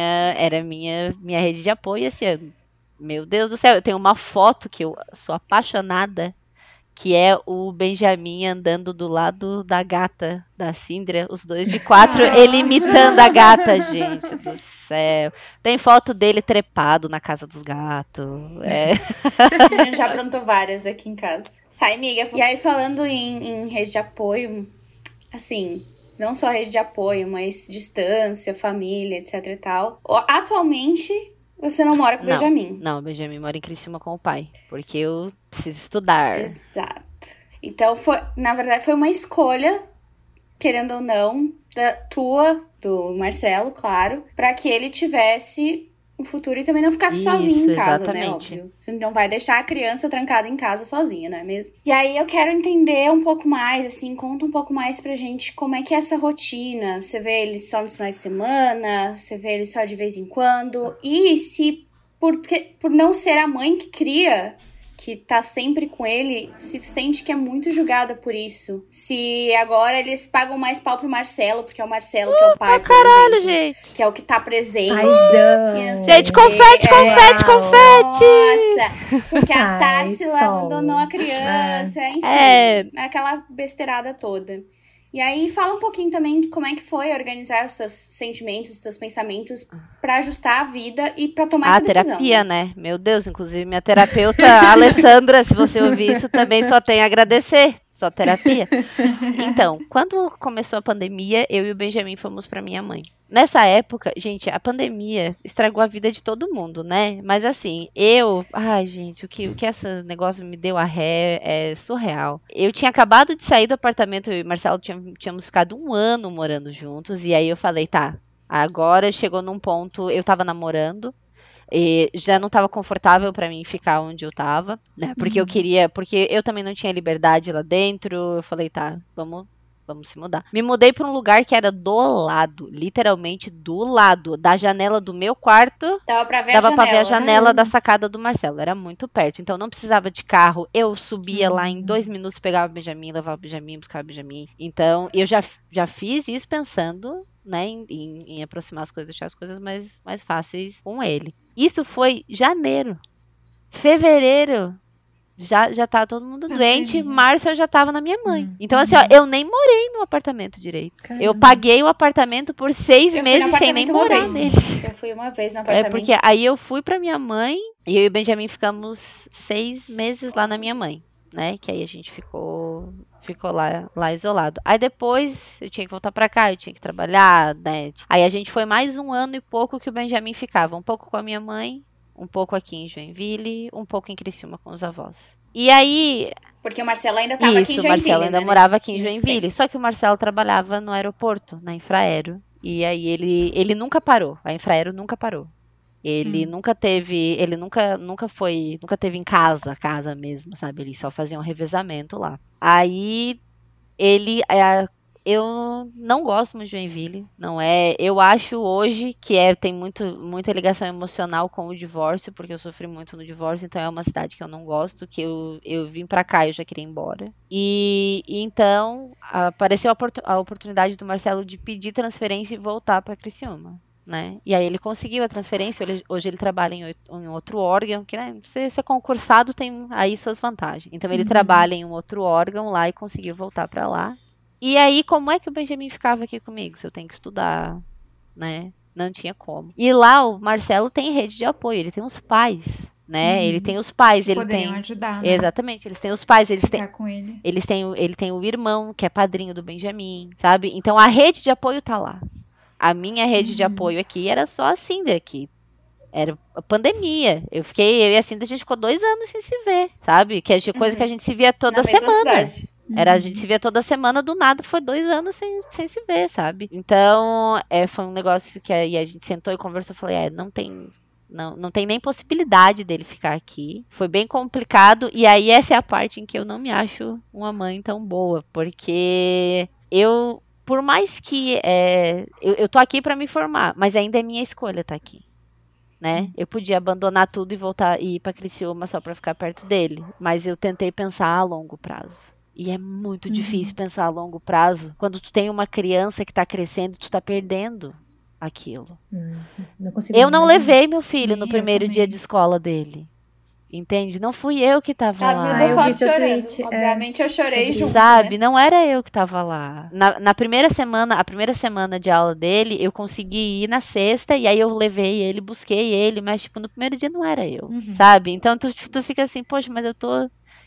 minha rede de apoio, assim, meu Deus do céu, eu tenho uma foto que eu sou apaixonada, que é o Benjamin andando do lado da gata da Sindra, os dois de 4, ele imitando a gata, gente do céu. Tem foto dele trepado na casa dos gatos. A gente já aprontou várias aqui em casa. Tá, amiga. E aí, falando em rede de apoio, assim, não só rede de apoio, mas distância, família, etc e tal. Atualmente, Você não mora com o Não, Benjamin. Não, o Benjamin mora em Criciúma com o pai. Porque eu preciso estudar. Exato. Então, na verdade, foi uma escolha, querendo ou não, do Marcelo, claro, pra que ele tivesse um futuro e também não ficasse sozinho em casa, exatamente. né? Óbvio. Você não vai deixar a criança trancada em casa sozinha, não é mesmo? E aí eu quero entender um pouco mais, assim, conta um pouco mais pra gente como é que é essa rotina. Você vê ele só nos finais de semana, você vê ele só de vez em quando. E se, por não ser a mãe que cria, que tá sempre com ele, se sente que é muito julgada por isso. Se agora eles pagam mais pau pro Marcelo, porque é o Marcelo que é o pai, caralho, exemplo, gente. que é o que tá presente. Gente, confete! Nossa, porque a Társila abandonou a criança, enfim, aquela besteirada toda. E aí, fala um pouquinho também de como é que foi organizar os seus sentimentos, os seus pensamentos pra ajustar a vida e pra tomar essa decisão. A terapia, né? Meu Deus, inclusive minha terapeuta, Alessandra, se você ouvir isso, também só tem a agradecer. Só terapia. Então, quando começou a pandemia, eu e o Benjamin fomos pra minha mãe. Nessa época, gente, a pandemia estragou a vida de todo mundo, né? Mas assim, gente, o que esse negócio me deu a ré é surreal. Eu tinha acabado de sair do apartamento, eu e o Marcelo tínhamos ficado 1 ano morando juntos, e aí eu falei, tá, agora chegou num ponto, eu tava namorando, e já não estava confortável para mim ficar onde eu tava, né? Porque porque eu também não tinha liberdade lá dentro. Eu falei, tá, vamos se mudar. Me mudei para um lugar que era do lado, literalmente do lado da janela do meu quarto. Dava pra ver a janela da sacada do Marcelo. Era muito perto, então não precisava de carro. Eu subia lá em 2 minutos, pegava o Benjamin, levava o Benjamin, buscava o Benjamin. Então, eu já fiz isso pensando, né, em aproximar as coisas, deixar as coisas mais fáceis com ele. Isso foi janeiro. Fevereiro, já tá todo mundo doente. Março eu já tava na minha mãe. Então, assim, ó, eu nem morei no apartamento direito. Caramba. Eu paguei o apartamento por 6 meses sem nem morar nele. Eu fui uma vez no apartamento. Porque aí eu fui pra minha mãe e eu e o Benjamin ficamos 6 meses lá na minha mãe, né? Que aí a gente ficou lá isolado. Aí depois eu tinha que voltar pra cá, eu tinha que trabalhar, né? Aí a gente foi mais 1 ano e pouco que o Benjamin ficava. Um pouco com a minha mãe, um pouco aqui em Joinville, um pouco em Criciúma com os avós. E aí... Porque o Marcelo ainda estava aqui em Joinville, o Marcelo ainda morava aqui em Joinville. Tempo. Só que o Marcelo trabalhava no aeroporto, na Infraero. E aí ele nunca parou. A Infraero nunca parou. Ele nunca teve em casa mesmo, sabe? Eles só faziam revezamento lá. Aí eu não gosto muito de Joinville, não é? Eu acho hoje que tem muita ligação emocional com o divórcio, porque eu sofri muito no divórcio, então é uma cidade que eu não gosto, que eu vim pra cá e eu já queria ir embora. E então apareceu a oportunidade do Marcelo de pedir transferência e voltar pra Criciúma, né? E aí ele conseguiu a transferência, hoje ele trabalha em outro órgão, que, né, ser concursado tem aí suas vantagens. Então ele trabalha em um outro órgão lá e conseguiu voltar pra lá. E aí, como é que o Benjamin ficava aqui comigo? Se eu tenho que estudar, né? Não tinha como. E lá o Marcelo tem rede de apoio, ele tem os pais, né? Ele tem os pais, ele poderiam tem ajudar, né? Exatamente, eles têm os pais, Ficar com ele. ele tem o irmão, que é padrinho do Benjamin, sabe? Então a rede de apoio tá lá. A minha rede de apoio aqui era só a Cinder aqui. Era a pandemia. Eu e a Cinder, a gente ficou 2 anos sem se ver, sabe? Que é coisa que a gente se via toda semana. A gente se via toda semana, do nada foi 2 anos sem se ver, sabe? Então, foi um negócio que aí a gente sentou e conversou, eu falei, não tem nem possibilidade dele ficar aqui. Foi bem complicado, e aí essa é a parte em que eu não me acho uma mãe tão boa, porque por mais que eu tô aqui pra me formar, mas ainda é minha escolha estar aqui, né? Eu podia abandonar tudo e voltar e ir pra Criciúma só pra ficar perto dele, mas eu tentei pensar a longo prazo. E é muito difícil pensar a longo prazo quando tu tem uma criança que tá crescendo e tu tá perdendo aquilo. Eu não levei meu filho no primeiro dia de escola dele. Entende? Não fui eu que tava lá. Eu vi seu tweet. Obviamente eu chorei junto, sabe? Né? Não era eu que tava lá. Na primeira semana de aula dele, eu consegui ir na sexta, e aí eu levei ele, busquei ele, mas tipo, no primeiro dia não era eu, sabe? Então tu fica assim, poxa, mas eu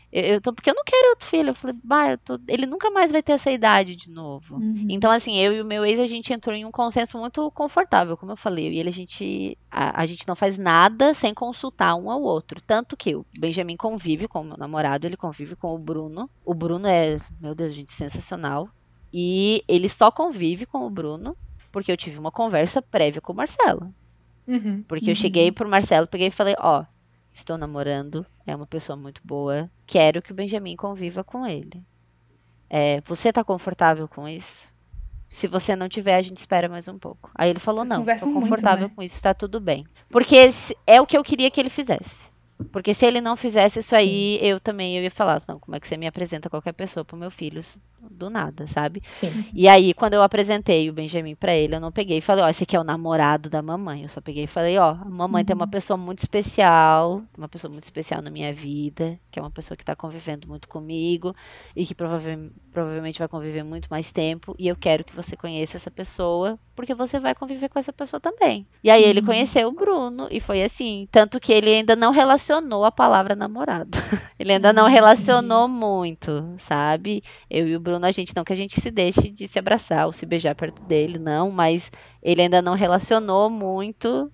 Porque eu não quero outro filho. Eu falei, ele nunca mais vai ter essa idade de novo. Então, assim, eu e o meu ex, a gente entrou em um consenso muito confortável, como eu falei. Eu e ele, a gente não faz nada sem consultar um ao outro. Tanto que o Benjamin convive com o meu namorado, ele convive com o Bruno. O Bruno é, meu Deus, gente, sensacional. E ele só convive com o Bruno porque eu tive uma conversa prévia com o Marcelo. Porque eu cheguei pro Marcelo, peguei e falei, estou namorando, é uma pessoa muito boa, quero que o Benjamin conviva com ele. Você tá confortável com isso? Se você não tiver, a gente espera mais um pouco. Aí ele falou, não, tô confortável muito, né? Com isso, tá tudo bem. Porque é o que eu queria que ele fizesse. Porque se ele não fizesse isso aí, eu ia falar, não, como é que você me apresenta qualquer pessoa pro meu filho do nada, sabe? Sim. E aí, quando eu apresentei o Benjamin pra ele, eu não peguei e falei, esse aqui é o namorado da mamãe. Eu só peguei e falei, a mamãe tem uma pessoa muito especial, na minha vida, que é uma pessoa que tá convivendo muito comigo e que provavelmente vai conviver muito mais tempo, e eu quero que você conheça essa pessoa, porque você vai conviver com essa pessoa também. E aí ele conheceu o Bruno, e foi assim, tanto que ele ainda não relacionou a palavra namorado. Ele ainda não relacionou muito, sabe? Eu e o Bruno, não que a gente se deixe de se abraçar ou se beijar perto dele, não, mas ele ainda não relacionou muito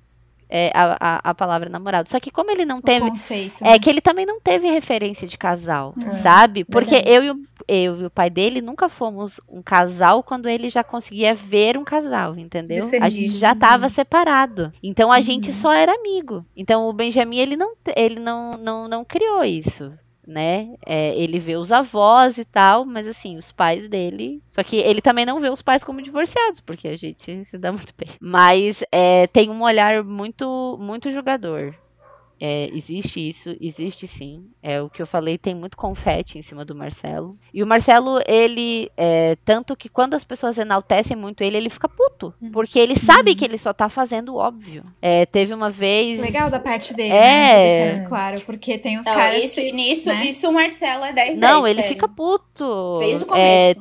a palavra namorado. Só que como ele não teve... conceito, né? Que ele também não teve referência de casal, sabe? Porque eu e o pai dele nunca fomos um casal quando ele já conseguia ver um casal, entendeu? A gente já estava separado. Então a gente só era amigo. Então o Benjamin, ele não criou isso, né? Ele vê os avós e tal, mas assim, os pais dele... Só que ele também não vê os pais como divorciados, porque a gente se dá muito bem. Mas tem um olhar muito, muito julgador. Existe isso, existe sim. O que eu falei, tem muito confete em cima do Marcelo. E o Marcelo, ele, tanto que quando as pessoas enaltecem muito ele fica puto. Porque ele sabe que ele só tá fazendo o óbvio. Teve uma vez... Legal da parte dele, né? Deixar isso claro, porque tem uns caras Isso o Marcelo é 10/10. Não, ele fica puto. Desde o começo.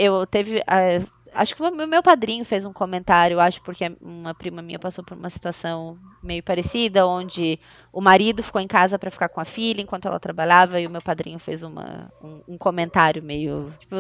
Acho que o meu padrinho fez um comentário, porque uma prima minha passou por uma situação meio parecida, onde o marido ficou em casa pra ficar com a filha enquanto ela trabalhava, e o meu padrinho fez um comentário meio, tipo,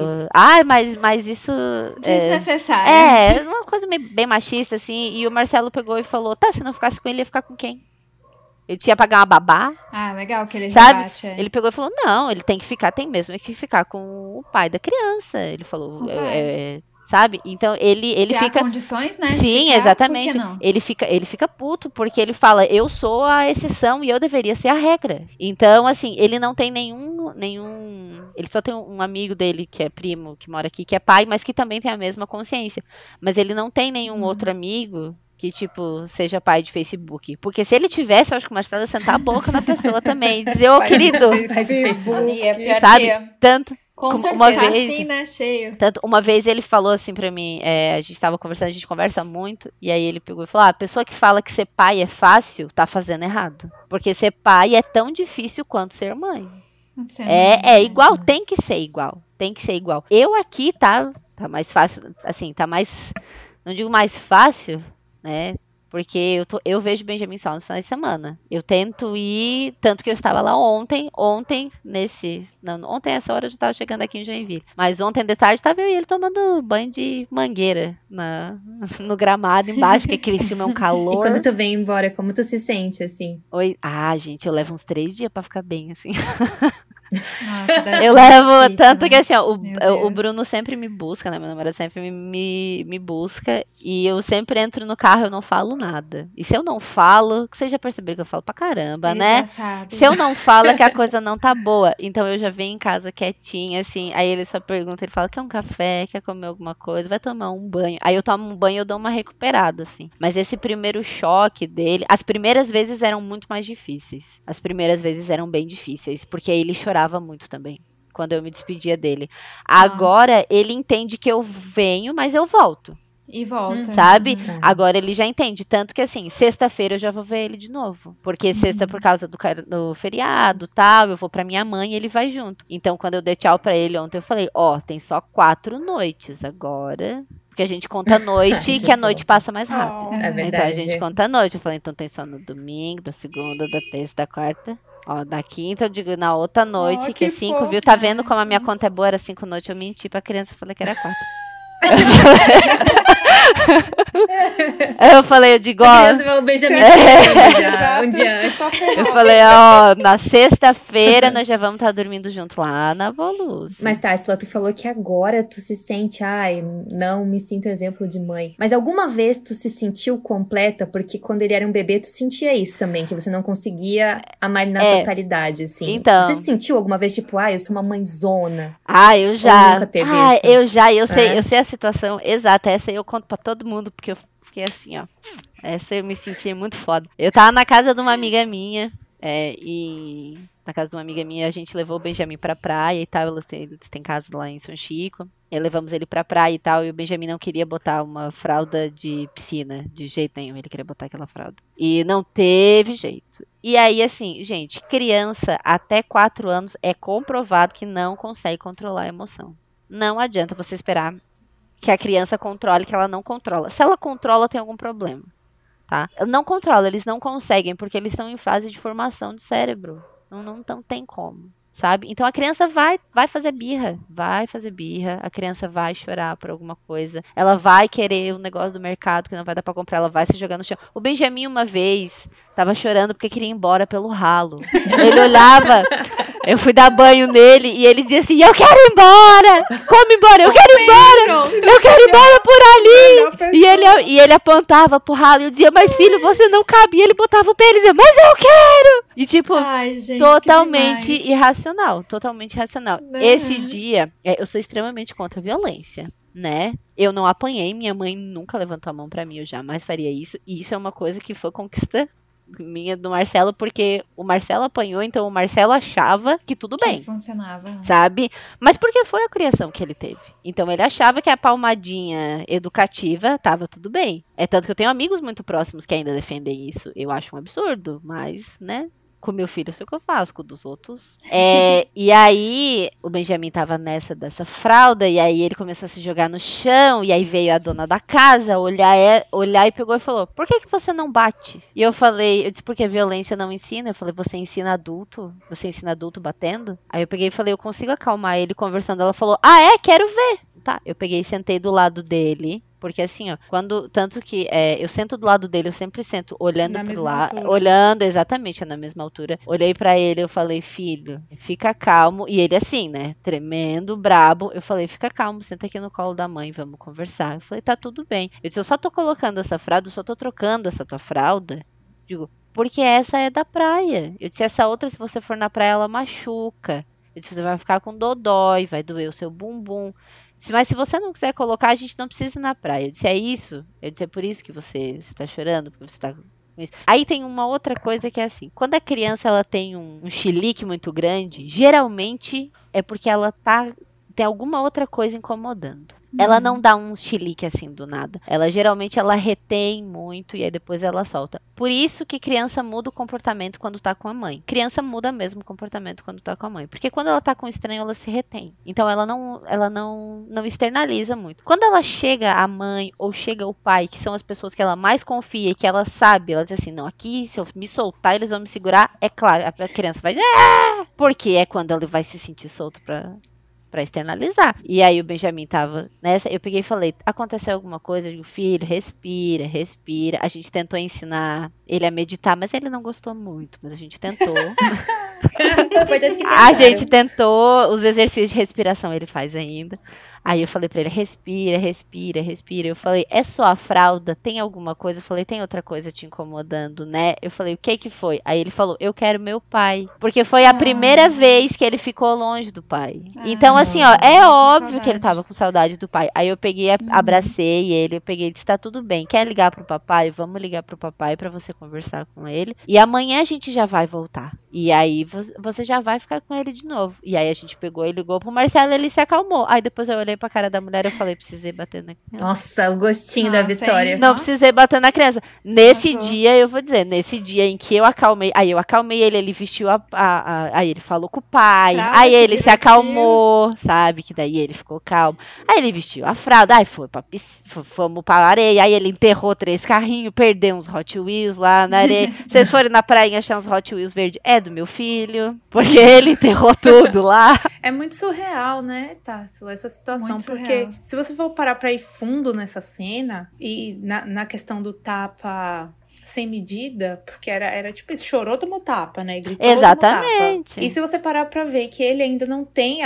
mas isso... desnecessário. Uma coisa bem machista, assim, e o Marcelo pegou e falou, se não ficasse com ele, ia ficar com quem? Ele tinha que pagar uma babá. Legal que ele rebate. Ele pegou e falou, não, ele tem que ficar com o pai da criança. Ele falou, sabe? Então ele se fica... há condições, né? Sim, exatamente. Ele fica puto, porque ele fala, eu sou a exceção e eu deveria ser a regra. Então, assim, ele não tem nenhum... Ele só tem um amigo dele, que é primo, que mora aqui, que é pai, mas que também tem a mesma consciência. Mas ele não tem nenhum outro amigo... que, tipo, seja pai de Facebook. Porque se ele tivesse, eu acho que o Marcelo ia sentar a boca na pessoa também. E dizer, querido. Sabe? Tanto. Com certeza. Uma vez, assim, né? Cheio. Tanto, uma vez ele falou assim pra mim, a gente tava conversando, a gente conversa muito, e aí ele pegou e falou, a pessoa que fala que ser pai é fácil, tá fazendo errado. Porque ser pai é tão difícil quanto ser mãe. Igual, tem que ser igual. Tem que ser igual. Eu aqui tá mais fácil, assim, tá mais... Não digo mais fácil... né? Porque eu vejo Benjamin só nos finais de semana. Eu tento ir, tanto que eu estava lá ontem essa hora eu já estava chegando aqui em Joinville. Mas ontem de tarde estava eu e ele tomando banho de mangueira no gramado embaixo, que Criciúma é um calor. E quando tu vem embora, como tu se sente, assim? Gente, eu levo uns 3 dias pra ficar bem, assim. Nossa, eu levo difícil, tanto, né? Que assim, o Bruno sempre me busca, né? Meu namorado sempre me busca. E eu sempre entro no carro, eu não falo nada. E se eu não falo, que vocês já perceberam que eu falo pra caramba, ele né? Já sabe. Se eu não falo, é que a coisa não tá boa. Então eu já venho em casa quietinha, assim. Aí ele só pergunta, ele fala, quer um café? Quer comer alguma coisa? Vai tomar um banho. Aí eu tomo um banho e eu dou uma recuperada, assim. Mas esse primeiro choque dele, as primeiras vezes eram muito mais difíceis. As primeiras vezes eram bem difíceis, porque aí ele chorava muito também, quando eu me despedia dele. Agora, ele entende que eu venho, mas eu volto. E volta. Sabe? Agora ele já entende. Tanto que, assim, sexta-feira eu já vou ver ele de novo. Porque sexta, por causa do feriado, tal, eu vou pra minha mãe e ele vai junto. Então, quando eu dei tchau pra ele ontem, eu falei, tem só 4 noites agora. Porque a gente conta a noite, que a noite passa mais rápido. É verdade. Então a gente conta a noite. Eu falei, então tem só no domingo, da segunda, da terça, da quarta. Ó, da quinta, eu digo na outra noite, que é 5, fofo, viu? Tá vendo como a minha conta é boa? Era 5 noites, eu menti pra criança, falei que era 4. Eu falei, eu digo, ó... A criança vai o Benjamin já, um dia antes. Eu falei, ó, na sexta-feira nós já vamos estar dormindo junto lá na Volusa. Mas Társila, tu falou que agora tu se sente, ai, não me sinto exemplo de mãe. Mas alguma vez tu se sentiu completa? Porque quando ele era um bebê, tu sentia isso também, que você não conseguia amar ele na totalidade, assim. Então... Você te sentiu alguma vez, tipo, ai, eu sou uma mãezona? Ah, eu já. Ou nunca teve isso? Eu sei a situação exata. Essa eu conto pra todo mundo, porque eu fiquei assim, ó. Essa eu me senti muito foda. Eu tava na casa de uma amiga minha, e na casa de uma amiga minha a gente levou o Benjamin pra praia e tal. Eles têm casa lá em São Chico. E levamos ele pra praia e tal, e o Benjamin não queria botar uma fralda de piscina, de jeito nenhum, ele queria botar aquela fralda. E não teve jeito. E aí, assim, gente, criança até 4 anos é comprovado que não consegue controlar a emoção. Não adianta você esperar que a criança controle, que ela não controla. Se ela controla, tem algum problema, tá? Não controla, eles não conseguem, porque eles estão em fase de formação do cérebro. Não tem como. Sabe? Então a criança vai fazer birra, a criança vai chorar por alguma coisa, ela vai querer o negócio do mercado que não vai dar pra comprar, ela vai se jogar no chão. O Benjamin uma vez tava chorando porque queria ir embora pelo ralo. Ele olhava, eu fui dar banho nele e ele dizia assim, eu quero ir embora, como embora? Eu quero ir embora, eu quero ir embora por ali. E ele apontava pro ralo e eu dizia, mas filho, você não cabe. E ele botava o pé e dizia, mas eu quero. E tipo, ai, gente, totalmente irracional. Uhum. Esse dia, eu sou extremamente contra a violência, né? Eu não apanhei, minha mãe nunca levantou a mão pra mim, eu jamais faria isso. E isso é uma coisa que foi conquista minha do Marcelo, porque o Marcelo apanhou, então o Marcelo achava que tudo bem. Que funcionava. Sabe? Mas porque foi a criação que ele teve. Então ele achava que a palmadinha educativa tava tudo bem. É tanto que eu tenho amigos muito próximos que ainda defendem isso. Eu acho um absurdo, mas, né? Com meu filho, eu sei o que eu faço, com dos outros. E aí, o Benjamin tava dessa fralda, e aí ele começou a se jogar no chão, e aí veio a dona da casa olhar e pegou e falou, por que você não bate? E eu disse, porque violência não ensina. Eu falei, você ensina adulto batendo? Aí eu peguei e falei, eu consigo acalmar ele conversando. Ela falou, quero ver. Tá, eu peguei e sentei do lado dele. Porque assim, ó, tanto que eu sento do lado dele, eu sempre sento olhando pro lado, olhando exatamente na mesma altura. Olhei pra ele, eu falei, filho, fica calmo. E ele assim, né, tremendo, brabo. Eu falei, fica calmo, senta aqui no colo da mãe, vamos conversar. Eu falei, tá tudo bem. Eu disse, eu só tô colocando essa fralda, eu só tô trocando essa tua fralda. Digo, porque essa é da praia. Eu disse, essa outra, se você for na praia, ela machuca. Eu disse, você vai ficar com dodói, vai doer o seu bumbum. Mas se você não quiser colocar, a gente não precisa ir na praia. Eu disse, é isso? Eu disse, é por isso que você tá chorando? Porque você tá com isso? Aí tem uma outra coisa que é assim. Quando a criança ela tem um chilique muito grande, geralmente é porque ela tem alguma outra coisa incomodando. Ela não dá um chilique assim do nada. Geralmente ela retém muito e aí depois ela solta. Por isso que criança muda o comportamento quando tá com a mãe. Criança muda mesmo o comportamento quando tá com a mãe. Porque quando ela tá com o estranho, ela se retém. Então ela não externaliza muito. Quando ela chega a mãe ou chega o pai, que são as pessoas que ela mais confia e que ela sabe, ela diz assim, não, aqui se eu me soltar, eles vão me segurar. É claro, a criança vai... Porque é quando ele vai se sentir solto pra externalizar. E aí o Benjamin tava nessa, eu peguei e falei, aconteceu alguma coisa? Eu digo, filho, respira. A gente tentou ensinar ele a meditar, mas ele não gostou muito, mas a gente tentou. A gente tentou, os exercícios de respiração ele faz ainda. Aí eu falei pra ele, respira. Eu falei, é só a fralda? Tem alguma coisa? Eu falei, tem outra coisa te incomodando, né? Eu falei, o que foi? Aí ele falou, eu quero meu pai. Porque foi a primeira vez que ele ficou longe do pai. Então, assim, ó, é óbvio que ele tava com saudade do pai. Aí eu peguei, abracei ele, eu peguei e disse, tá tudo bem, quer ligar pro papai? Vamos ligar pro papai pra você conversar com ele. E amanhã a gente já vai voltar. E aí você já vai ficar com ele de novo. E aí a gente pegou e ligou pro Marcelo e ele se acalmou. Aí depois eu olhei pra cara da mulher e falei, precisei bater na criança. Nossa, o gostinho da vitória. Não precisei bater na criança. Nesse dia, eu vou dizer, nesse dia em que eu acalmei, aí eu acalmei ele vestiu aí ele falou com o pai, aí ele se acalmou, sabe? Que daí ele ficou calmo. Aí ele vestiu a fralda, aí fomos pra areia, aí ele enterrou 3 carrinhos, perdeu uns Hot Wheels lá na areia. Vocês forem na praia e achar uns Hot Wheels verdes, é do meu filho, porque ele enterrou tudo lá. É muito surreal, né, Társila, essa situação, porque se você for parar pra ir fundo nessa cena, e na questão do tapa sem medida, porque era tipo isso, chorou, tomou tapa, né? Gritou, exatamente. Tapa. E se você parar pra ver que ele ainda não tem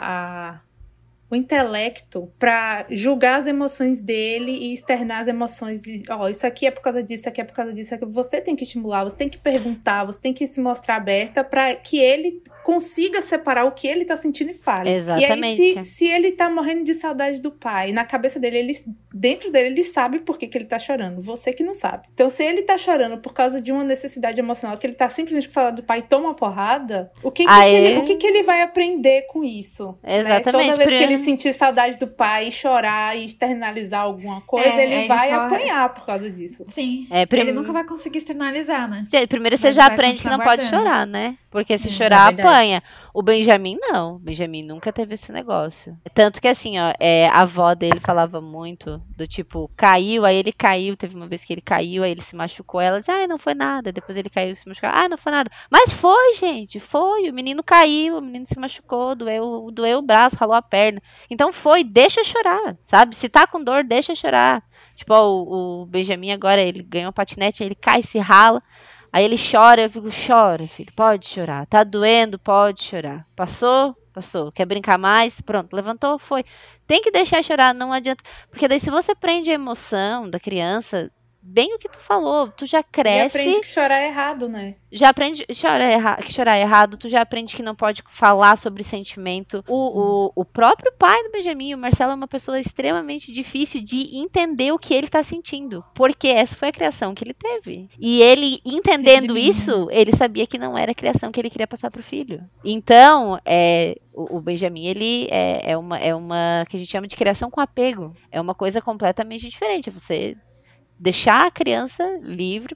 o intelecto pra julgar as emoções dele e externar as emoções de, isso aqui é por causa disso, isso aqui é por causa disso, você tem que estimular, você tem que perguntar, você tem que se mostrar aberta pra que ele consiga separar o que ele tá sentindo e fale. Exatamente. E aí, se ele tá morrendo de saudade do pai, na cabeça dele, dentro dele, ele sabe por que ele tá chorando, você que não sabe. Então, se ele tá chorando por causa de uma necessidade emocional, que ele tá simplesmente com saudade do pai e toma uma porrada, o que ele vai aprender com isso? Exatamente. Né? Toda vez que ele sentir saudade do pai e chorar e externalizar alguma coisa, ele vai apanhar por causa disso. Sim. Ele nunca vai conseguir externalizar, né? Primeiro você já aprende que não pode chorar, né? Porque se chorar, apanha. O Benjamin não. O Benjamin nunca teve esse negócio. Tanto que assim, a avó dele falava muito do tipo, caiu, aí ele caiu, teve uma vez que ele caiu, aí ele se machucou, ela disse, não foi nada. Depois ele caiu, se machucou, não foi nada. Mas foi, gente, foi. O menino caiu, o menino se machucou, doeu o braço, ralou a perna. Então foi, deixa chorar, sabe? Se tá com dor, deixa chorar. Tipo, o Benjamin agora, ele ganhou um patinete, aí ele cai, se rala. Aí ele chora, eu fico, chora, filho, pode chorar. Tá doendo, pode chorar. Passou? Passou. Quer brincar mais? Pronto, levantou, foi. Tem que deixar chorar, não adianta. Porque daí se você prende a emoção da criança, bem o que tu falou, tu já cresce... E aprende que chorar é errado, né? Já aprende que chorar é errado, tu já aprende que não pode falar sobre sentimento. O próprio pai do Benjamin, o Marcelo, é uma pessoa extremamente difícil de entender o que ele tá sentindo. Porque essa foi a criação que ele teve. E ele, entendendo isso, ele sabia que não era a criação que ele queria passar pro filho. Então, o Benjamin, ele é uma que a gente chama de criação com apego. É uma coisa completamente diferente. Você deixar a criança livre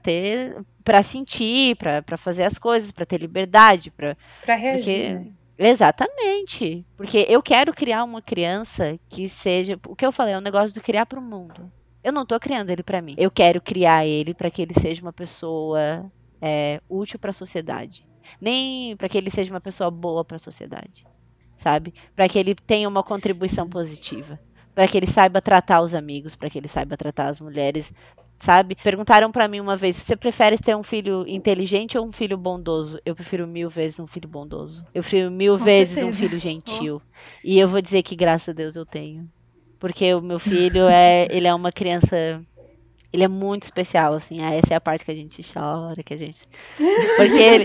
para sentir, para fazer as coisas, para ter liberdade, para reagir, né? Exatamente. Porque eu quero criar uma criança que seja, o que eu falei, é um negócio do criar para o mundo. Eu não tô criando ele para mim. Eu quero criar ele para que ele seja uma pessoa útil para a sociedade. Nem para que ele seja uma pessoa boa para a sociedade, sabe? Para que ele tenha uma contribuição positiva. Para que ele saiba tratar os amigos, para que ele saiba tratar as mulheres, sabe? Perguntaram para mim uma vez, você prefere ter um filho inteligente ou um filho bondoso? Eu prefiro 1000 vezes um filho bondoso. Eu prefiro 1000 vezes um filho gentil. E eu vou dizer que graças a Deus eu tenho. Porque o meu filho, ele é uma criança... Ele é muito especial, assim. Essa é a parte que a gente chora, que a gente... Porque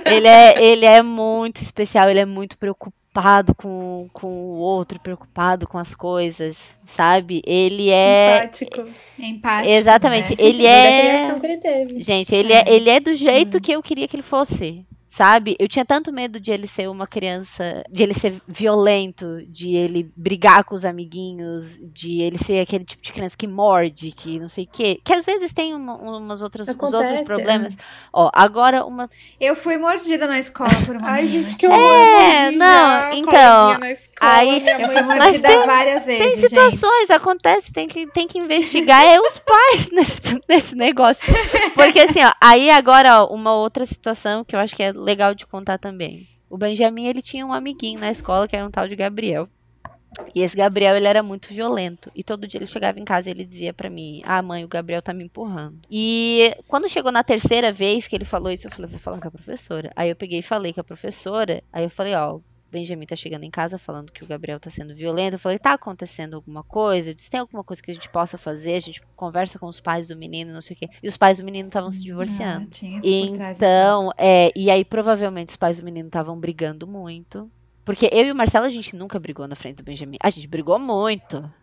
ele é muito especial, ele é muito preocupado com o outro, preocupado com as coisas, sabe? Ele é... Empático. Exatamente. Né? Ele é... da criação que ele teve. Gente, ele é do jeito que eu queria que ele fosse. Sabe? Eu tinha tanto medo de ele ser uma criança, de ele ser violento, de ele brigar com os amiguinhos, de ele ser aquele tipo de criança que morde, que não sei o quê. Que às vezes tem uns outros problemas. Agora uma... Eu fui mordida na escola por uma Ai, menina. gente, que horror. Não, então... Aí, eu fui mordida várias vezes, tem situações, acontece, tem que investigar os pais nesse negócio. Porque assim, aí agora, uma outra situação que eu acho que é legal de contar também. O Benjamin, ele tinha um amiguinho na escola que era um tal de Gabriel. E esse Gabriel, ele era muito violento. E todo dia ele chegava em casa e ele dizia pra mim, mãe, o Gabriel tá me empurrando. E quando chegou na terceira vez que ele falou isso, eu falei, vou falar com a professora. Aí eu peguei e falei com a professora. Aí eu falei, Benjamin tá chegando em casa falando que o Gabriel tá sendo violento. Eu falei, tá acontecendo alguma coisa? Eu disse, tem alguma coisa que a gente possa fazer? A gente conversa com os pais do menino, não sei o quê. E os pais do menino estavam se divorciando. Então, e aí provavelmente os pais do menino estavam brigando muito. Porque eu e o Marcelo, a gente nunca brigou na frente do Benjamin. A gente brigou muito.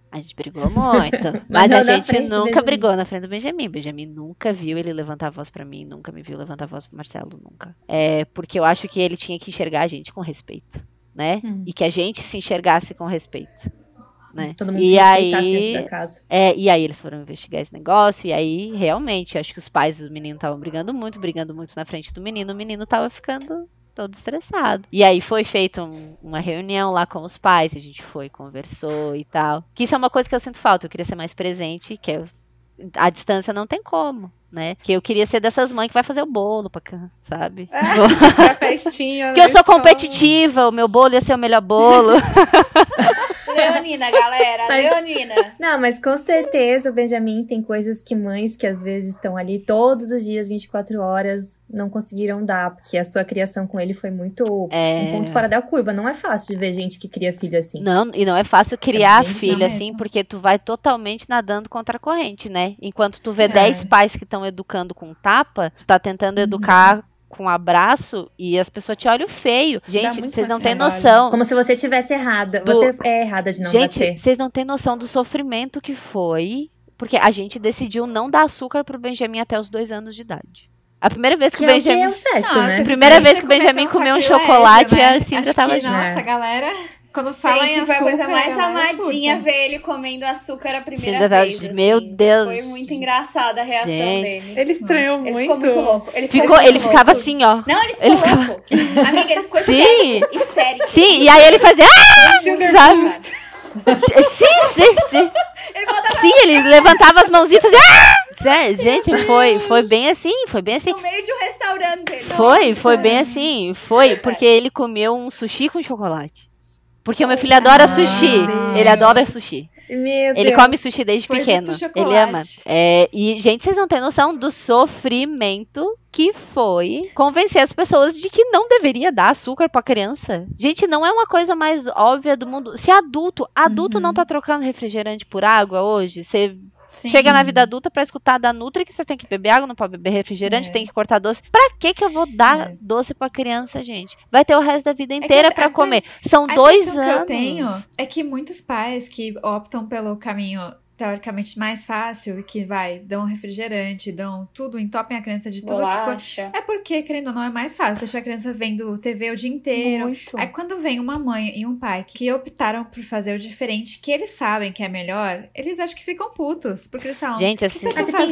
A gente brigou muito. Mas a gente nunca brigou na frente do Benjamin. O Benjamin nunca viu ele levantar a voz pra mim, nunca me viu levantar a voz pro Marcelo, nunca. Porque eu acho que ele tinha que enxergar a gente com respeito, né? E que a gente se enxergasse com respeito. Né? Todo mundo se respeitasse dentro da casa. E aí eles foram investigar esse negócio, e aí realmente, acho que os pais do menino estavam brigando muito na frente do menino, o menino tava ficando todo estressado. E aí foi feita uma reunião lá com os pais, a gente foi, conversou e tal. Que isso é uma coisa que eu sinto falta, eu queria ser mais presente, a distância não tem como, né? Que eu queria ser dessas mães que vai fazer o bolo, sabe? Pra festinha. Porque eu sou competitiva, o meu bolo ia ser o melhor bolo. Leonina, galera, Leonina. Não, mas com certeza o Benjamin tem coisas que mães que às vezes estão ali todos os dias, 24 horas, não conseguiram dar, porque a sua criação com ele foi muito um ponto fora da curva. Não é fácil de ver gente que cria filho assim. Não, e não é fácil criar filho assim, porque tu vai totalmente nadando contra a corrente, né? Enquanto tu vê 10 pais que estão educando com tapa, tu tá tentando educar com abraço e as pessoas te olham feio. Gente, vocês não têm noção. Como se você tivesse errada. Você é errada de não bater. Gente, vocês não têm noção do sofrimento que foi, porque a gente decidiu não dar açúcar pro Benjamin até os 2 anos de idade. A primeira vez que o Benjamin... é o certo, né? A primeira vez que o Benjamin comeu um chocolate, né? a Cíntia tava junto. Nossa, galera... Quando fala em açúcar, foi a coisa mais amadinha ver ele comendo açúcar a primeira vez. Assim. Meu Deus. Foi muito engraçada a reação dele. Ele estranhou muito. Ele ficou muito louco. Ele ficava assim, ó. Não, ele ficou louco. Amiga, ele ficou histérico. Sim, e aí ele fazia... Sim. Ele levantava as mãozinhas e fazia... Gente, foi bem assim, No meio de um restaurante. Foi bem assim, porque ele comeu um sushi com chocolate. Porque o meu filho adora sushi. Ele adora sushi. Ele come sushi desde pequeno. Ele ama. E, gente, vocês não têm noção do sofrimento que foi convencer as pessoas de que não deveria dar açúcar pra criança. Gente, não é uma coisa mais óbvia do mundo. Se adulto não tá trocando refrigerante por água hoje, você... chega na vida adulta pra escutar da Nutri que você tem que beber água, não pode beber refrigerante, tem que cortar doce. Pra que eu vou dar doce pra criança, gente? Vai ter o resto da vida inteira pra comer. São 2 anos. Que eu tenho é que muitos pais que optam pelo caminho teoricamente mais fácil e que dão refrigerante, dão tudo, entopem a criança de tudo que for. É porque, querendo ou não, é mais fácil deixar a criança vendo TV o dia inteiro. Muito. Aí quando vem uma mãe e um pai que optaram por fazer o diferente, que eles sabem que é melhor, eles acham que ficam putos. Porque eles falam, gente, assim...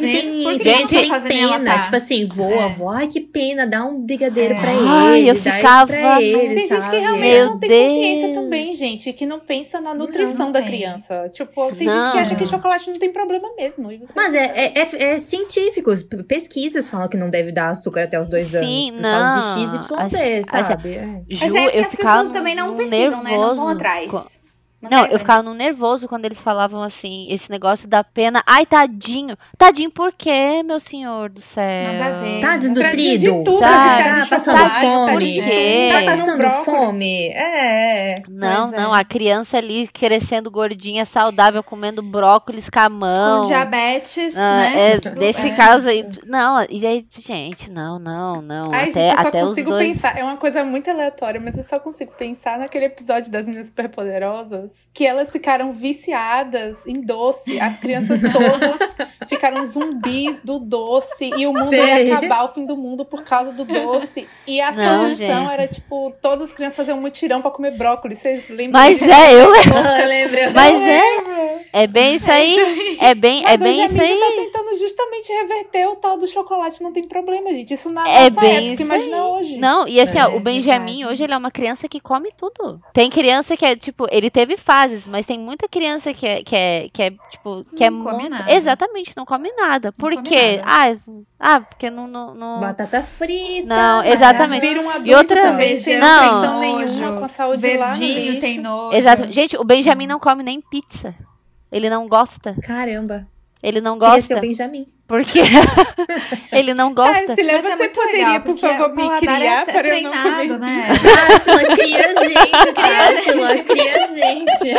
tem pena. Tipo assim, avó, ai que pena, dá um brigadeiro pra ele, eu ficava... pra ele, tem gente que realmente não tem consciência também, gente, que não pensa na nutrição da criança. Tipo, tem gente que acha que chocolate não tem problema mesmo. Mas é científico. Pesquisas falam que não deve dar açúcar até os 2 anos. Por causa de XYZ, sabe? Mas porque as pessoas também não pesquisam, né? Não vão atrás. Não, eu ficava no nervoso quando eles falavam assim, esse negócio da pena. Ai, tadinho. Tadinho por quê, meu senhor do céu? Nada a ver. Tá desnutrido? Tá passando fome? Tá passando fome? Não, a criança ali crescendo gordinha, saudável, comendo brócolis com a mão. Com diabetes, né? Desse caso aí. Não, e aí, gente, não. Ai, gente, eu só consigo pensar. É uma coisa muito aleatória, mas eu só consigo pensar naquele episódio das Meninas Superpoderosas, que elas ficaram viciadas em doce. As crianças todas ficaram zumbis do doce e o mundo ia acabar, o fim do mundo por causa do doce. E a solução era, tipo, todas as crianças faziam um mutirão pra comer brócolis. Vocês lembram? Mas eu lembro. Mas é bem isso aí. É bem isso aí. Mas hoje a mídia tá tentando justamente reverter o tal do chocolate. Não tem problema, gente. Isso na nossa época, imagina hoje. Não, e assim, o Benjamin hoje, ele é uma criança que come tudo. Tem criança que é, tipo, ele teve fases, mas tem muita criança que é tipo, que é muito... Nada. Exatamente, não come nada. Por quê? Porque não... Batata frita. Não, exatamente. Vira uma e outra vez, sem não nutrição nenhuma, com a saúde verdinho, lá tem nojo. Exato. Gente, o Benjamin não come nem pizza. Ele não gosta. Caramba. Ele não gosta. Queria ser o Benjamin. Porque ele não gosta. Cília, você poderia, por favor, me criar para eu não comer, né? Társila, cria gente. Társila, cria gente.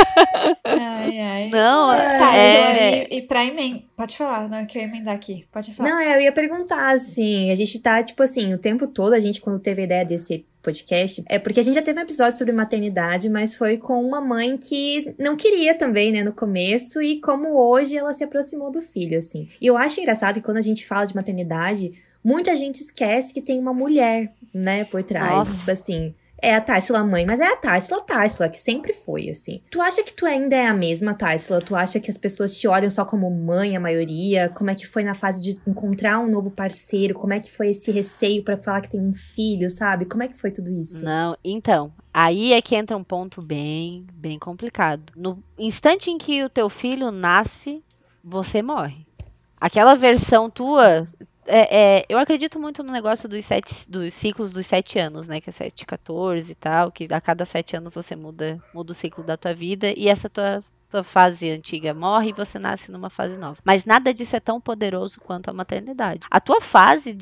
Ai. Não, E pra emendar... Pode falar, não, que eu ia emendar aqui. Pode falar. Não, eu ia perguntar, assim, a gente tá, tipo assim, o tempo todo, a gente, quando teve a ideia desse podcast, é porque a gente já teve um episódio sobre maternidade, mas foi com uma mãe que não queria também, né, no começo, e como hoje ela se aproximou do filho, assim. E eu acho engraçado que quando a gente fala de maternidade, muita gente esquece que tem uma mulher, né, por trás. Nossa. Tipo assim, é a Társila mãe, mas é a Társila, que sempre foi, assim. Tu acha que tu ainda é a mesma, Társila? Tu acha que as pessoas te olham só como mãe, a maioria? Como é que foi na fase de encontrar um novo parceiro? Como é que foi esse receio pra falar que tem um filho, sabe? Como é que foi tudo isso? Não, então, aí é que entra um ponto bem, bem complicado. No instante em que o teu filho nasce, você morre. Aquela versão tua... eu acredito muito no negócio dos ciclos dos 7 anos, né? Que é 7, 14 e tal, que a cada 7 anos você muda o ciclo da tua vida e essa tua fase antiga morre e você nasce numa fase nova. Mas nada disso é tão poderoso quanto a maternidade. A tua fase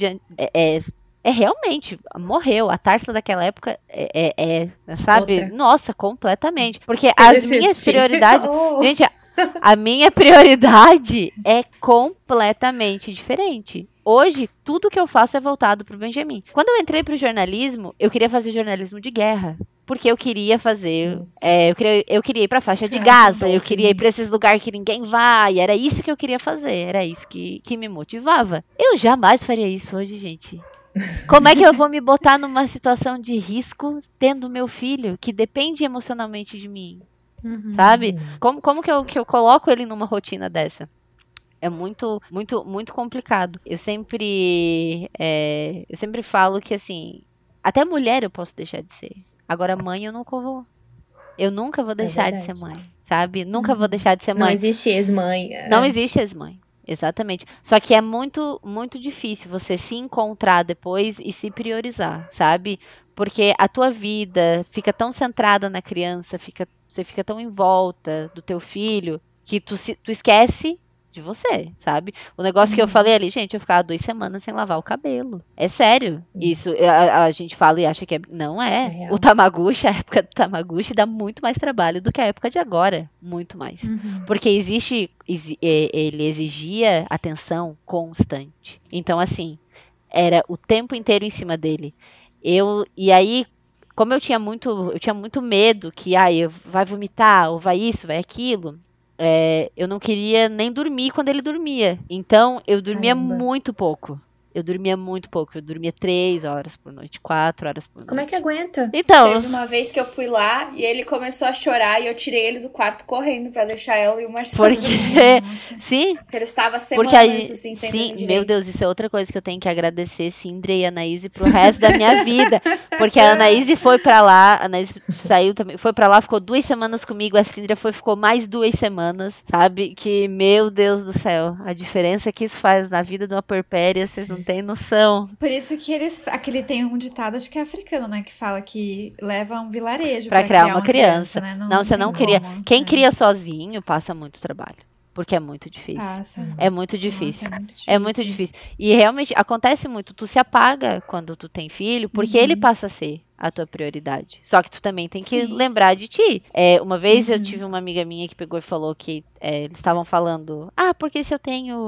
realmente, morreu. A Társila daquela época sabe? Outra. Nossa, completamente. Porque as minhas prioridades... Gente, a minha prioridade é completamente diferente. Hoje, tudo que eu faço é voltado pro Benjamin. Quando eu entrei pro jornalismo, eu queria fazer jornalismo de guerra. Porque eu queria fazer... eu queria ir pra faixa de Gaza, eu queria ir pra esses lugares que ninguém vai. Era isso que eu queria fazer, era isso que me motivava. Eu jamais faria isso hoje, gente. Como é que eu vou me botar numa situação de risco tendo meu filho, que depende emocionalmente de mim? Sabe? Como que eu coloco ele numa rotina dessa? É muito, muito, muito complicado. Eu sempre falo que, assim, até mulher eu posso deixar de ser. Agora, mãe eu nunca vou. Eu nunca vou deixar de ser mãe, sabe? Nunca vou deixar de ser mãe. Não existe ex-mãe. Não existe ex-mãe. Exatamente. Só que é muito, muito difícil você se encontrar depois e se priorizar, sabe? Porque a tua vida fica tão centrada na criança, você fica tão em volta do teu filho, que tu esquece de você, sabe? O negócio que eu falei ali, gente, eu ficava 2 semanas sem lavar o cabelo. É sério. Isso, a gente fala e acha que não é. O Tamagotchi, a época do Tamagotchi dá muito mais trabalho do que a época de agora. Muito mais. Porque ele exigia atenção constante. Então, assim, era o tempo inteiro em cima dele. E aí, como eu tinha muito medo que vai vomitar, ou vai isso, vai aquilo, eu não queria nem dormir quando ele dormia. Então, eu dormia muito pouco. Eu dormia 3 horas por noite, 4 horas por noite. Como é que aguenta? Então, teve uma vez que eu fui lá e ele começou a chorar e eu tirei ele do quarto correndo pra deixar ela e o Marcelo. Sim. Porque ele estava semanas assim, sem dormir direito. Meu Deus, isso é outra coisa que eu tenho que agradecer Sindra e Anaíse pro resto da minha vida. Porque a Anaíse foi pra lá, a Anaíse saiu também, foi pra lá, ficou 2 semanas comigo, a Sindra ficou mais 2 semanas, sabe? Que, meu Deus do céu, a diferença que isso faz na vida de uma puerpéria, vocês não tem noção. Por isso que aquele tem um ditado, acho que é africano, né? Que fala que leva um vilarejo pra criar uma criança. Né? Não, você não cria. Quem cria sozinho passa muito trabalho. Porque é muito difícil. É muito difícil. Nossa, é muito difícil. E realmente acontece muito. Tu se apaga quando tu tem filho, porque ele passa a ser a tua prioridade. Só que tu também tem que lembrar de ti. Uma vez eu tive uma amiga minha que pegou e falou que eles estavam falando, porque se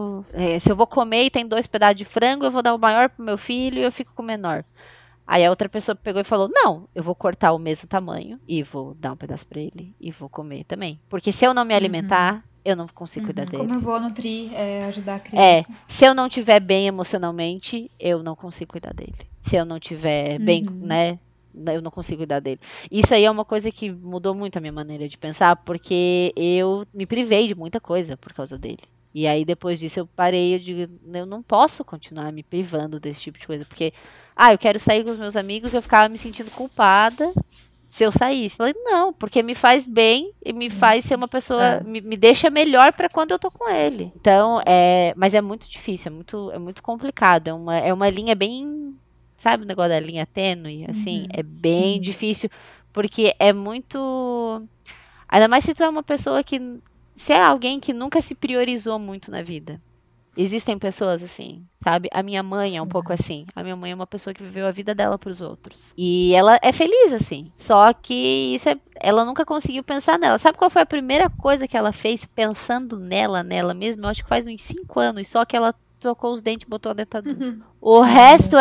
eu vou comer e tem 2 pedaços de frango, eu vou dar o maior pro meu filho e eu fico com o menor. Aí a outra pessoa pegou e falou, não, eu vou cortar o mesmo tamanho e vou dar um pedaço pra ele e vou comer também. Porque se eu não me alimentar, eu não consigo cuidar dele. Como eu vou nutrir, ajudar a criança. Se eu não estiver bem emocionalmente, eu não consigo cuidar dele. Se eu não estiver bem, né, eu não consigo cuidar dele. Isso aí é uma coisa que mudou muito a minha maneira de pensar, porque eu me privei de muita coisa por causa dele. E aí depois disso eu parei, eu digo, eu não posso continuar me privando desse tipo de coisa, porque, eu quero sair com os meus amigos, eu ficava me sentindo culpada se eu saísse. Eu falei, não, porque me faz bem e me faz ser uma pessoa, me deixa melhor pra quando eu tô com ele. Então, mas é muito difícil, é muito complicado, é uma linha bem, sabe o negócio da linha tênue, assim, é bem difícil, porque é muito, ainda mais se tu é uma pessoa se é alguém que nunca se priorizou muito na vida. Existem pessoas assim, sabe? A minha mãe é um pouco assim. A minha mãe é uma pessoa que viveu a vida dela pros outros. E ela é feliz assim. Só que ela nunca conseguiu pensar nela. Sabe qual foi a primeira coisa que ela fez pensando nela mesma? Eu acho que faz uns 5 anos. Só que ela trocou os dentes e botou a dentadura. O resto é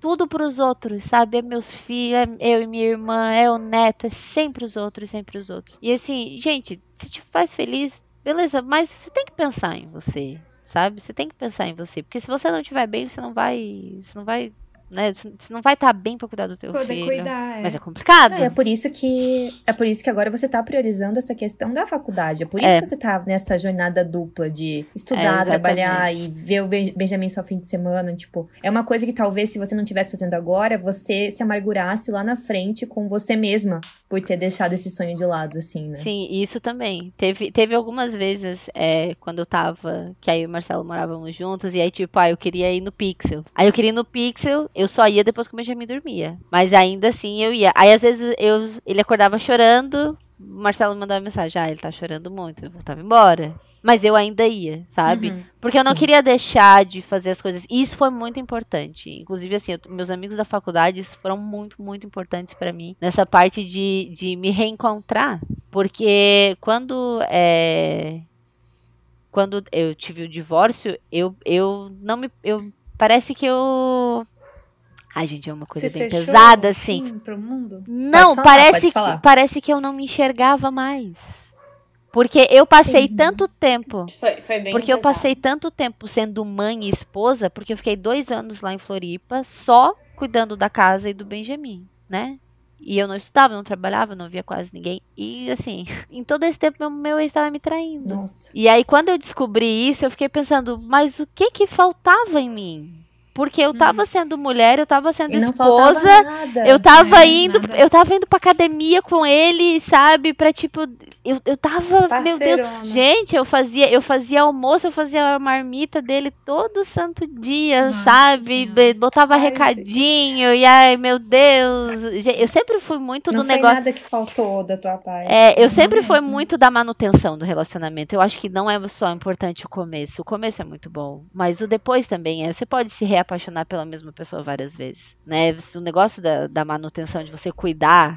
tudo pros outros, sabe? É meus filhos, é eu e minha irmã, é o neto, é sempre os outros, sempre os outros. E assim, gente, se te faz feliz, beleza, mas você tem que pensar em você, sabe? Você tem que pensar em você, porque se você não estiver bem, você não vai, né? Você não vai estar bem pra cuidar do teu filho. Cuidar, Mas é complicado. É por isso que agora você tá priorizando essa questão da faculdade. É por isso que você tá nessa jornada dupla de estudar, trabalhar e ver o Benjamin só fim de semana. Tipo, é uma coisa que talvez se você não estivesse fazendo agora, você se amargurasse lá na frente com você mesma por ter deixado esse sonho de lado, assim, né? Sim, isso também. Teve algumas vezes, quando eu tava, que aí o Marcelo morávamos juntos, e aí tipo, eu queria ir no Pixel. Aí eu queria ir no Pixel, eu só ia depois que o Benjamin dormia. Mas ainda assim eu ia. Aí às vezes ele acordava chorando, o Marcelo me mandava mensagem, ele tá chorando muito, eu voltava embora. Mas eu ainda ia, sabe? Porque eu não queria deixar de fazer as coisas. E isso foi muito importante. Inclusive, assim, meus amigos da faculdade foram muito, muito importantes pra mim. Nessa parte de me reencontrar. Porque quando eu tive o divórcio, parece que eu... Ai, gente, é uma coisa bem pesada, assim. Pro mundo? Não, parece que eu não me enxergava mais. Porque eu passei tanto tempo. Foi bem Porque pesado. Eu passei tanto tempo sendo mãe e esposa, porque eu fiquei 2 anos lá em Floripa, só cuidando da casa e do Benjamin, né? E eu não estudava, não trabalhava, não via quase ninguém. E assim, em todo esse tempo meu ex estava me traindo. Nossa. E aí, quando eu descobri isso, eu fiquei pensando, mas o que faltava em mim? Porque eu tava sendo mulher, eu tava sendo esposa, nada, eu tava indo pra academia com ele, sabe? Pra tipo, eu tava, Parceirona. Meu Deus, gente, eu fazia almoço, eu fazia a marmita dele todo santo dia, nossa, sabe? Senhora. Botava recadinho, gente. E ai, meu Deus, eu sempre fui muito do negócio. Não foi nada que faltou da tua parte. Eu sempre fui muito da manutenção do relacionamento. Eu acho que não é só importante o começo é muito bom, mas o depois também você pode se apaixonar pela mesma pessoa várias vezes, né? O negócio da manutenção, de você cuidar,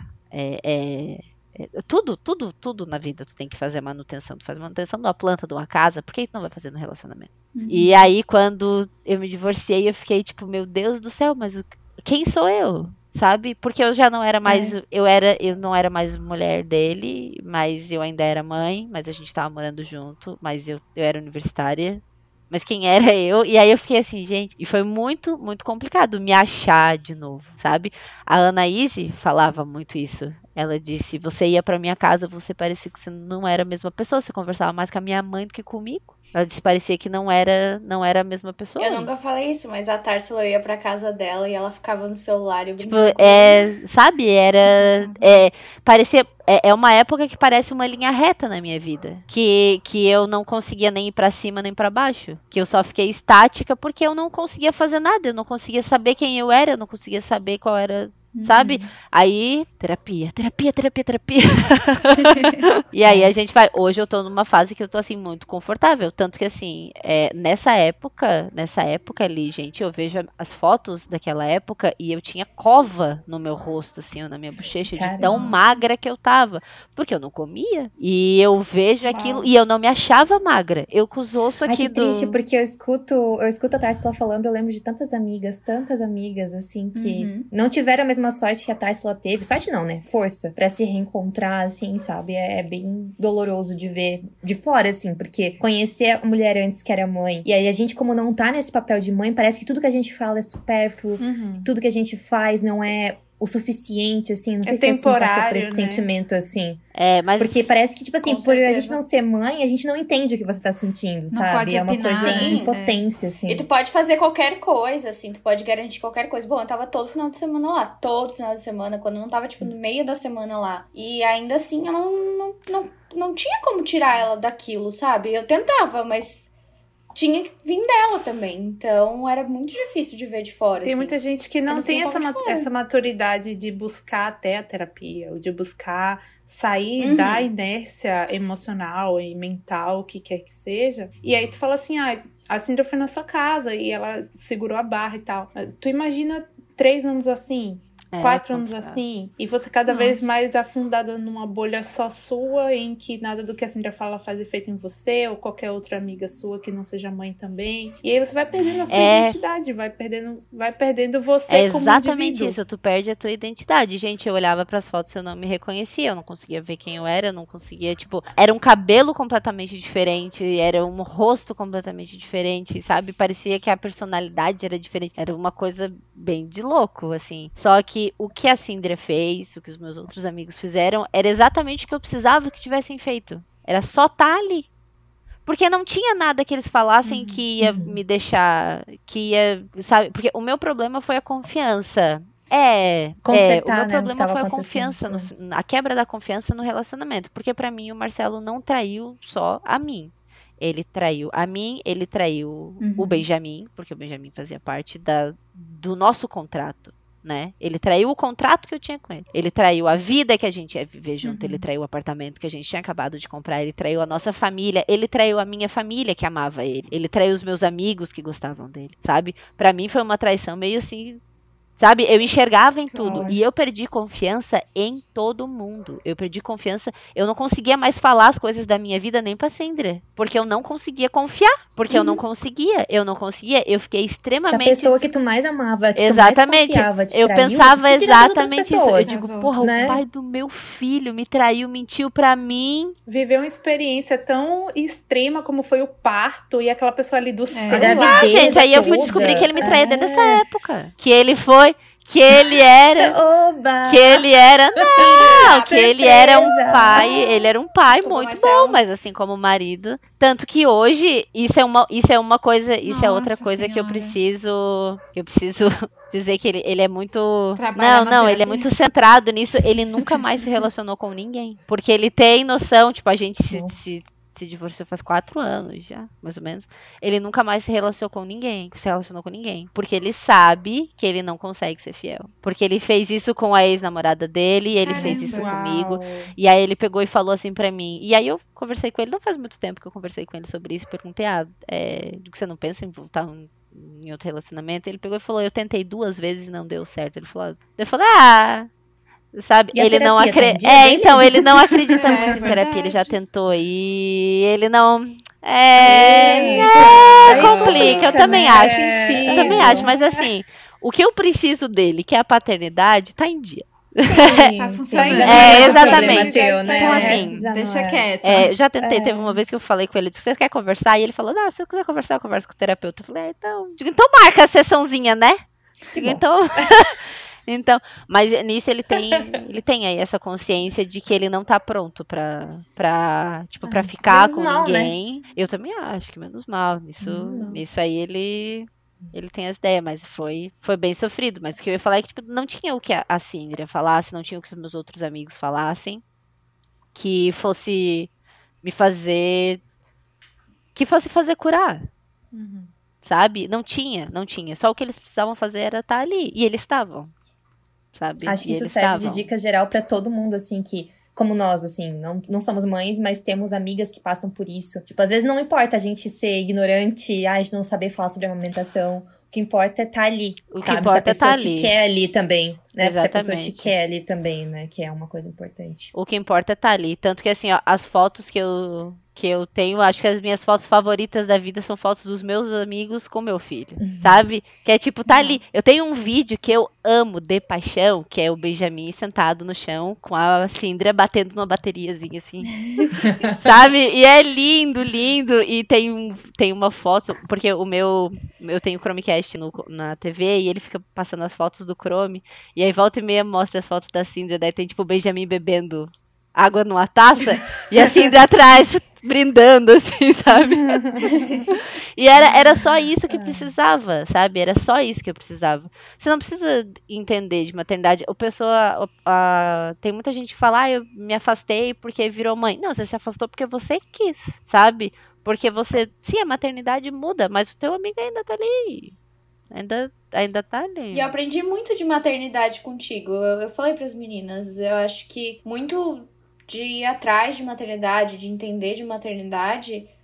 tudo na vida tu tem que fazer a manutenção. Tu faz manutenção de uma planta, de uma casa, por que tu não vai fazer no relacionamento? E aí, quando eu me divorciei, eu fiquei tipo, meu Deus do céu, mas quem sou eu? Sabe? Porque eu já não era mais, eu não era mais mulher dele, mas eu ainda era mãe, mas a gente tava morando junto, mas eu era universitária. Mas quem era eu? E aí eu fiquei assim, gente, e foi muito, muito complicado me achar de novo, sabe? A Anaíse falava muito isso. Ela disse, você ia pra minha casa, você parecia que você não era a mesma pessoa, você conversava mais com a minha mãe do que comigo. Ela disse, parecia que não era a mesma pessoa. Eu nunca falei isso, mas a Társila, eu ia pra casa dela e ela ficava no celular e eu tipo, sabe, parecia... É uma época que parece uma linha reta na minha vida. Que eu não conseguia nem ir pra cima nem pra baixo. Que eu só fiquei estática porque eu não conseguia fazer nada. Eu não conseguia saber quem eu era. Eu não conseguia saber qual era... Sabe? Aí, terapia. E aí a gente vai... Hoje eu tô numa fase que eu tô, assim, muito confortável. Tanto que, assim, nessa época ali, gente, eu vejo as fotos daquela época e eu tinha cova no meu rosto, assim, ou na minha bochecha, de tão magra que eu tava. Porque eu não comia. E eu vejo aquilo e eu não me achava magra. Eu com os ossos aqui que triste, porque eu escuto a Társila falando, eu lembro de tantas amigas, assim, que não tiveram a mesma sorte que a Társila teve. Sorte não, né? Força pra se reencontrar, assim, sabe? É bem doloroso de ver de fora, assim, porque conhecer a mulher antes que era mãe, e aí a gente, como não tá nesse papel de mãe, parece que tudo que a gente fala é supérfluo, tudo que a gente faz não é o suficiente, assim, não sei se temporário, assim passou por esse sentimento, assim. Mas... Porque parece que, tipo assim, por a gente não ser mãe, a gente não entende o que você tá sentindo, não sabe? Pode opinar, uma coisa de impotência, assim. E tu pode fazer qualquer coisa, assim, tu pode garantir qualquer coisa. Bom, eu tava todo final de semana lá, quando eu não tava, tipo, no meio da semana lá. E ainda assim, eu não tinha como tirar ela daquilo, sabe? Eu tentava, mas... tinha que vir dela também. Então, era muito difícil de ver de fora. Tem muita gente que não tem essa maturidade de buscar até a terapia, ou de buscar sair da inércia emocional e mental, o que quer que seja. E aí tu fala assim, a Cindra foi na sua casa e ela segurou a barra e tal. Tu imagina 3 anos assim? 4 anos assim, e você cada vez mais afundada numa bolha só sua, em que nada do que a Síndria fala faz efeito em você, ou qualquer outra amiga sua que não seja mãe também. E aí você vai perdendo a sua identidade, vai perdendo você como indivíduo. É exatamente isso, tu perde a tua identidade. Gente, eu olhava pras fotos e eu não me reconhecia, eu não conseguia ver quem eu era, não conseguia, tipo, era um cabelo completamente diferente, era um rosto completamente diferente, sabe? Parecia que a personalidade era diferente, era uma coisa bem de louco, assim. Só que o que a Síndria fez, o que os meus outros amigos fizeram, era exatamente o que eu precisava que tivessem feito. Era só estar ali. Porque não tinha nada que eles falassem que ia me deixar, que ia, sabe? Porque o meu problema foi a confiança. Consertar, o meu problema foi a confiança, a quebra da confiança no relacionamento. Porque pra mim o Marcelo não traiu só a mim. Ele traiu a mim, ele traiu o Benjamin, porque o Benjamin fazia parte do nosso contrato. Né? Ele traiu o contrato que eu tinha com ele. Ele traiu a vida que a gente ia viver junto. Ele traiu o apartamento que a gente tinha acabado de comprar. Ele traiu a nossa família. Ele traiu a minha família que amava ele. Ele traiu os meus amigos que gostavam dele, sabe? Pra mim foi uma traição meio assim, sabe? Eu enxergava em tudo. E eu perdi confiança em todo mundo. Eu perdi confiança. Eu não conseguia mais falar as coisas da minha vida nem pra Síndria. Porque eu não conseguia confiar. Porque eu não conseguia. Eu fiquei extremamente... Se a pessoa que tu mais amava, que exatamente. tu mais confiava, te eu traiu, pensava exatamente isso. Eu digo, porra, né? O pai do meu filho me traiu, mentiu pra mim. Viveu uma experiência tão extrema como foi o parto e aquela pessoa ali do céu. Gente, aí eu fui descobrir que ele me traía desde essa época. Que ele foi... Que ele era... Oba! Que ele era... Não! Que ele era um pai... Ele era um pai muito bom, mas assim como marido. Tanto que hoje, isso é uma coisa... Isso é outra coisa que eu preciso... dizer que ele é muito... Ele é muito centrado nisso. Ele nunca mais se relacionou com ninguém. Porque ele tem noção, tipo, a gente se divorciou faz 4 anos já, mais ou menos. Ele nunca mais se relacionou com ninguém. Porque ele sabe que ele não consegue ser fiel. Porque ele fez isso com a ex-namorada dele, ele fez isso comigo. E aí ele pegou e falou assim pra mim. E aí eu conversei com ele, não faz muito tempo que eu conversei com ele sobre isso. Perguntei, do que você não pensa em voltar em outro relacionamento? Ele pegou e falou, eu tentei 2 vezes e não deu certo. Ele falou, sabe, ele não acredita. Então, ele não acredita muito em terapia, ele já tentou e ele não. Complica, eu também acho. Eu também acho, mas assim, o que eu preciso dele, que é a paternidade, tá em dia. Tá funcionando. Exatamente. Teu, né? Então, assim, deixa quieto. Eu já tentei, teve uma vez que eu falei com ele, disse, você quer conversar? E ele falou, se eu quiser conversar, eu converso com o terapeuta. Eu falei, então marca a sessãozinha, né? Então, mas nisso ele tem aí essa consciência de que ele não tá pronto pra ficar com ninguém. Né? Eu também acho que menos mal. Nisso aí ele tem as ideias, mas foi bem sofrido. Mas o que eu ia falar é que não tinha o que a Síndria falasse, não tinha o que os meus outros amigos falassem, que fosse me fazer... Que fosse fazer curar. Sabe? Não tinha. Só o que eles precisavam fazer era estar ali. E eles estavam. Sabe? Acho que isso serve de dica geral pra todo mundo, assim, que... Como nós, assim, não somos mães, mas temos amigas que passam por isso. Tipo, às vezes não importa a gente ser ignorante, a gente não saber falar sobre amamentação. O que importa é estar ali, sabe? Se a pessoa te quer ali também, né? Se a pessoa te quer ali também, né? Que é uma coisa importante. O que importa é estar ali. Tanto que, assim, ó, as fotos que eu tenho, acho que as minhas fotos favoritas da vida são fotos dos meus amigos com meu filho, sabe? Que é tipo, tá ali. Eu tenho um vídeo que eu amo de paixão, que é o Benjamin sentado no chão com a Síndria batendo numa bateriazinha, assim. Sabe? E é lindo, lindo. E tem uma foto, porque eu tenho o Chromecast na TV e ele fica passando as fotos do Chrome. E aí volta e meia mostra as fotos da Síndria, daí tem tipo o Benjamin bebendo água numa taça e a Síndria atrás brindando, assim, sabe? E era só isso que precisava, sabe? Era só isso que eu precisava. Você não precisa entender de maternidade. Tem muita gente que fala, eu me afastei porque virou mãe. Não, você se afastou porque você quis, sabe? Porque sim, a maternidade muda, mas o teu amigo ainda tá ali. Ainda tá ali. E eu aprendi muito de maternidade contigo. Eu falei pras meninas, eu acho que muito de ir atrás de maternidade, de entender de maternidade,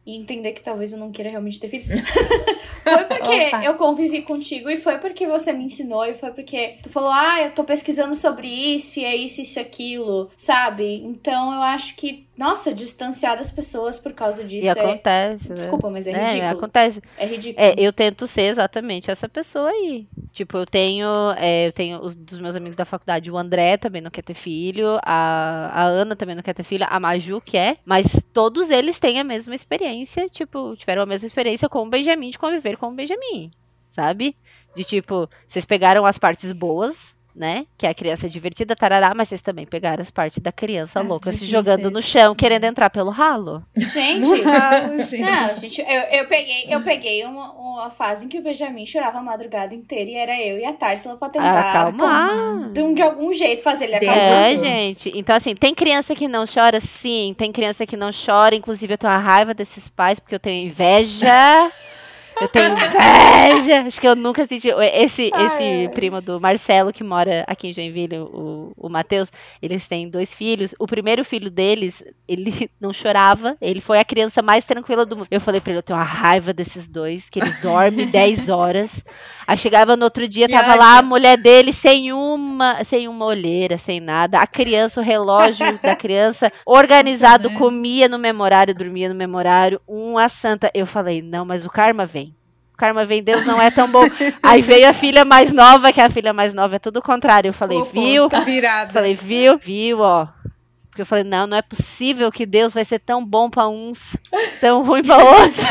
e entender que talvez eu não queira realmente ter filhos, foi porque eu convivi contigo, e foi porque você me ensinou, e foi porque tu falou, eu tô pesquisando sobre isso, e é isso, isso e aquilo, sabe? Então eu acho que, nossa, distanciar das pessoas por causa disso e acontece, né? Desculpa, mas é ridículo. Acontece. É ridículo. Eu tento ser exatamente essa pessoa aí. Tipo, eu tenho dos meus amigos da faculdade, o André também não quer ter filho, a Ana também não quer ter filho, a Maju quer, mas todos eles têm a mesma experiência, tipo, tiveram a mesma experiência com o Benjamin, de conviver com o Benjamin, sabe? De tipo, vocês pegaram as partes boas, né? Que a criança é divertida, tarará, mas vocês também pegaram as partes da criança louca se jogando no chão, querendo entrar pelo ralo. Gente, não, gente, eu peguei uma fase em que o Benjamin chorava a madrugada inteira e era eu e a Társila pra tentar acalmar. De algum jeito fazer ele acalmar. Gente. Então, assim, tem criança que não chora? Sim, tem criança que não chora. Inclusive, eu tenho a raiva desses pais porque eu tenho inveja. Eu tenho inveja. Acho que eu nunca senti. Esse primo do Marcelo, que mora aqui em Joinville, o Matheus, eles têm 2 filhos. O primeiro filho deles, ele não chorava. Ele foi a criança mais tranquila do mundo. Eu falei pra ele, eu tenho uma raiva desses 2, que eles dormem 10 horas. Aí chegava no outro dia, tava lá a mulher dele sem uma olheira, sem nada. A criança, o relógio da criança organizado, comia no mesmo horário, dormia no mesmo horário. Uma santa. Eu falei, não, mas o karma vem. Karma vem, Deus não é tão bom. Aí veio a filha mais nova, que a filha mais nova é tudo o contrário. Eu falei, viu? Falei, viu, ó. Porque eu falei, não é possível que Deus vai ser tão bom pra uns, tão ruim pra outros.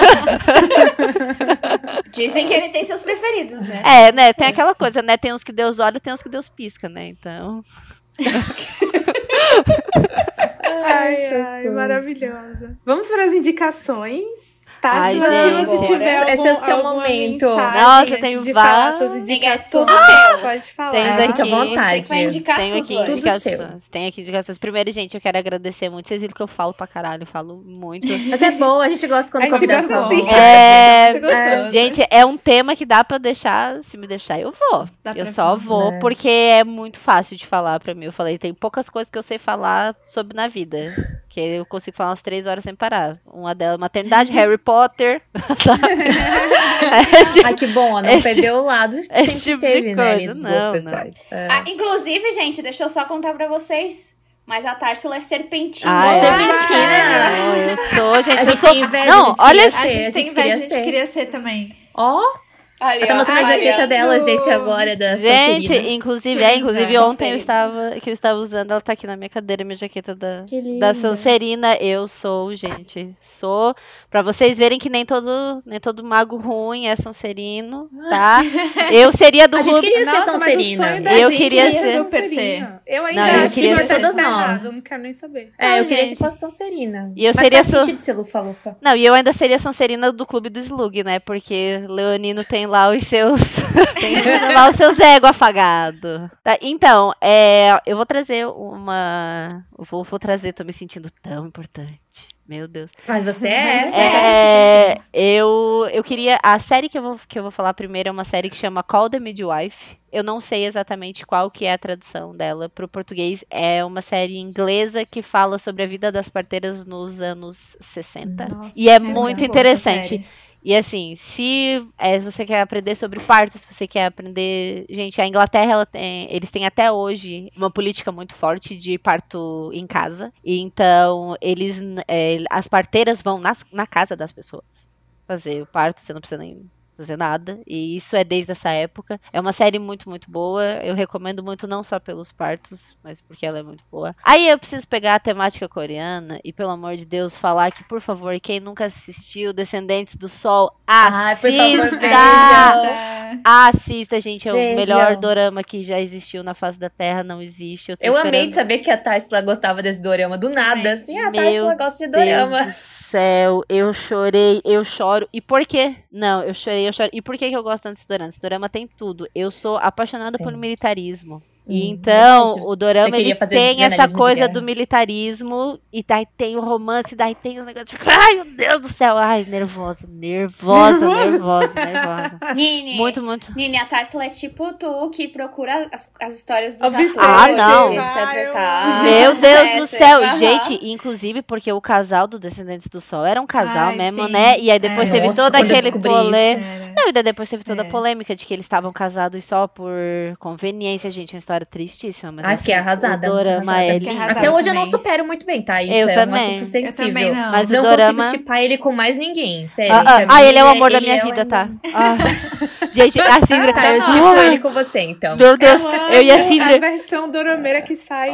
Dizem que ele tem seus preferidos, né? Né? Tem aquela coisa, né? Tem uns que Deus olha, tem uns que Deus pisca, né? Então... Ai, maravilhosa. Vamos para as indicações. Tá, Ai, se gente, você tiver esse é o seu momento. Nossa, eu tenho várias indicações. Pode falar. Fica à vontade. Você vai indicar tenho aqui tudo. indicações. Tem aqui indicações. Primeiro, gente, eu quero agradecer muito. Vocês viram que eu falo pra caralho, eu falo muito. Mas é bom, a gente gosta quando o convidado fala. Gente, é um tema que dá pra deixar. Se me deixar, eu vou. Eu só vou, porque é muito fácil de falar pra mim. Eu falei, tem poucas coisas que eu sei falar sobre na vida. Que eu consigo falar umas 3 horas sem parar. Uma delas, maternidade, Harry Potter. Ai, que bom, não perdeu o lado que sempre tipo teve, né, ali dos gostos pessoais. Inclusive, gente, deixa eu só contar pra vocês. Mas a Társila é serpentina. Serpentina! Eu sou, gente. A gente tem inveja. Não, olha, a gente tem inveja, a gente queria ser também. Ela tá mostrando a jaqueta dela, gente, agora, da gente, Sonserina. inclusive ontem eu estava usando, ela tá aqui na minha cadeira, minha jaqueta da Sonserina. Eu sou, gente, pra vocês verem que nem todo mago ruim é Sonserino, tá? Eu seria do A gente queria ser Sonserina. Eu queria ser super ser. Eu ainda acho que todas nós. Eu não quero nem saber. Eu queria que fosse Sonserina. E eu mas seria faz sentido ser Lufa-Lufa. Não, e eu ainda seria Sonserina do clube do Slug, né? Porque Leonino tem lá os seus ego afagado. Tá, então, eu vou trazer vou trazer, tô me sentindo tão importante. Meu Deus. Mas você eu queria... A série que eu vou falar primeiro é uma série que chama Call the Midwife. Eu não sei exatamente qual que é a tradução dela pro português. É uma série inglesa que fala sobre a vida das parteiras nos anos 60. Nossa, e é muito interessante. E assim, se você quer aprender sobre parto, se você quer aprender... Gente, a Inglaterra, eles têm até hoje uma política muito forte de parto em casa. E então, as parteiras vão na casa das pessoas fazer o parto, você não precisa nem fazer nada, e isso é desde essa época. É uma série muito, muito boa, eu recomendo muito, não só pelos partos, mas porque ela é muito boa. Aí eu preciso pegar a temática coreana e, pelo amor de Deus, falar que, por favor, quem nunca assistiu Descendentes do Sol, assista, gente, é o melhor dorama que já existiu na face da Terra, não existe. Eu amei de saber que a Társila gostava desse dorama, do nada, assim, a Társila gosta de dorama. Deus do céu, eu chorei, eu choro, e por quê? Não, eu chorei, eu choro. E por que eu gosto tanto desse dorama? Esse dorama tem tudo. Eu sou apaixonada por militarismo. E então, verdade. o dorama Você queria ele fazer tem essa jornalismo de coisa guerra. do militarismo, e daí tem o romance, daí tem os negócios. Ai, meu Deus do céu! Ai, nervosa. Nini, Muito. Nini, a Társila é tipo tu que procura as histórias dos Obsessiva, Ah, não. etc e tal. Meu Deus do céu! Aham. Gente, inclusive porque o casal do Descendentes do Sol era um casal Ai, mesmo, sim. né? E aí depois teve Nossa, todo quando eu aquele descobri polê. isso. Não, e daí depois teve toda a É. polêmica de que eles estavam casados só por conveniência, gente. Uma história tristíssima. Mas Ai, fiquei assim, arrasada. O dorama arrasada. é Fiquei lindo. arrasada. Até hoje eu não também. supero muito bem, tá? Isso Eu é também. um assunto Eu sensível. também não. Mas o Não dorama... consigo shippar ele com mais ninguém, sério. Pra mim, ele é o amor da minha ele vida, é tá? Ah. Gente, a Sindra Tá, eu shippo ele com você, então. Meu Deus, eu e a A Sindra... versão dorameira que sai.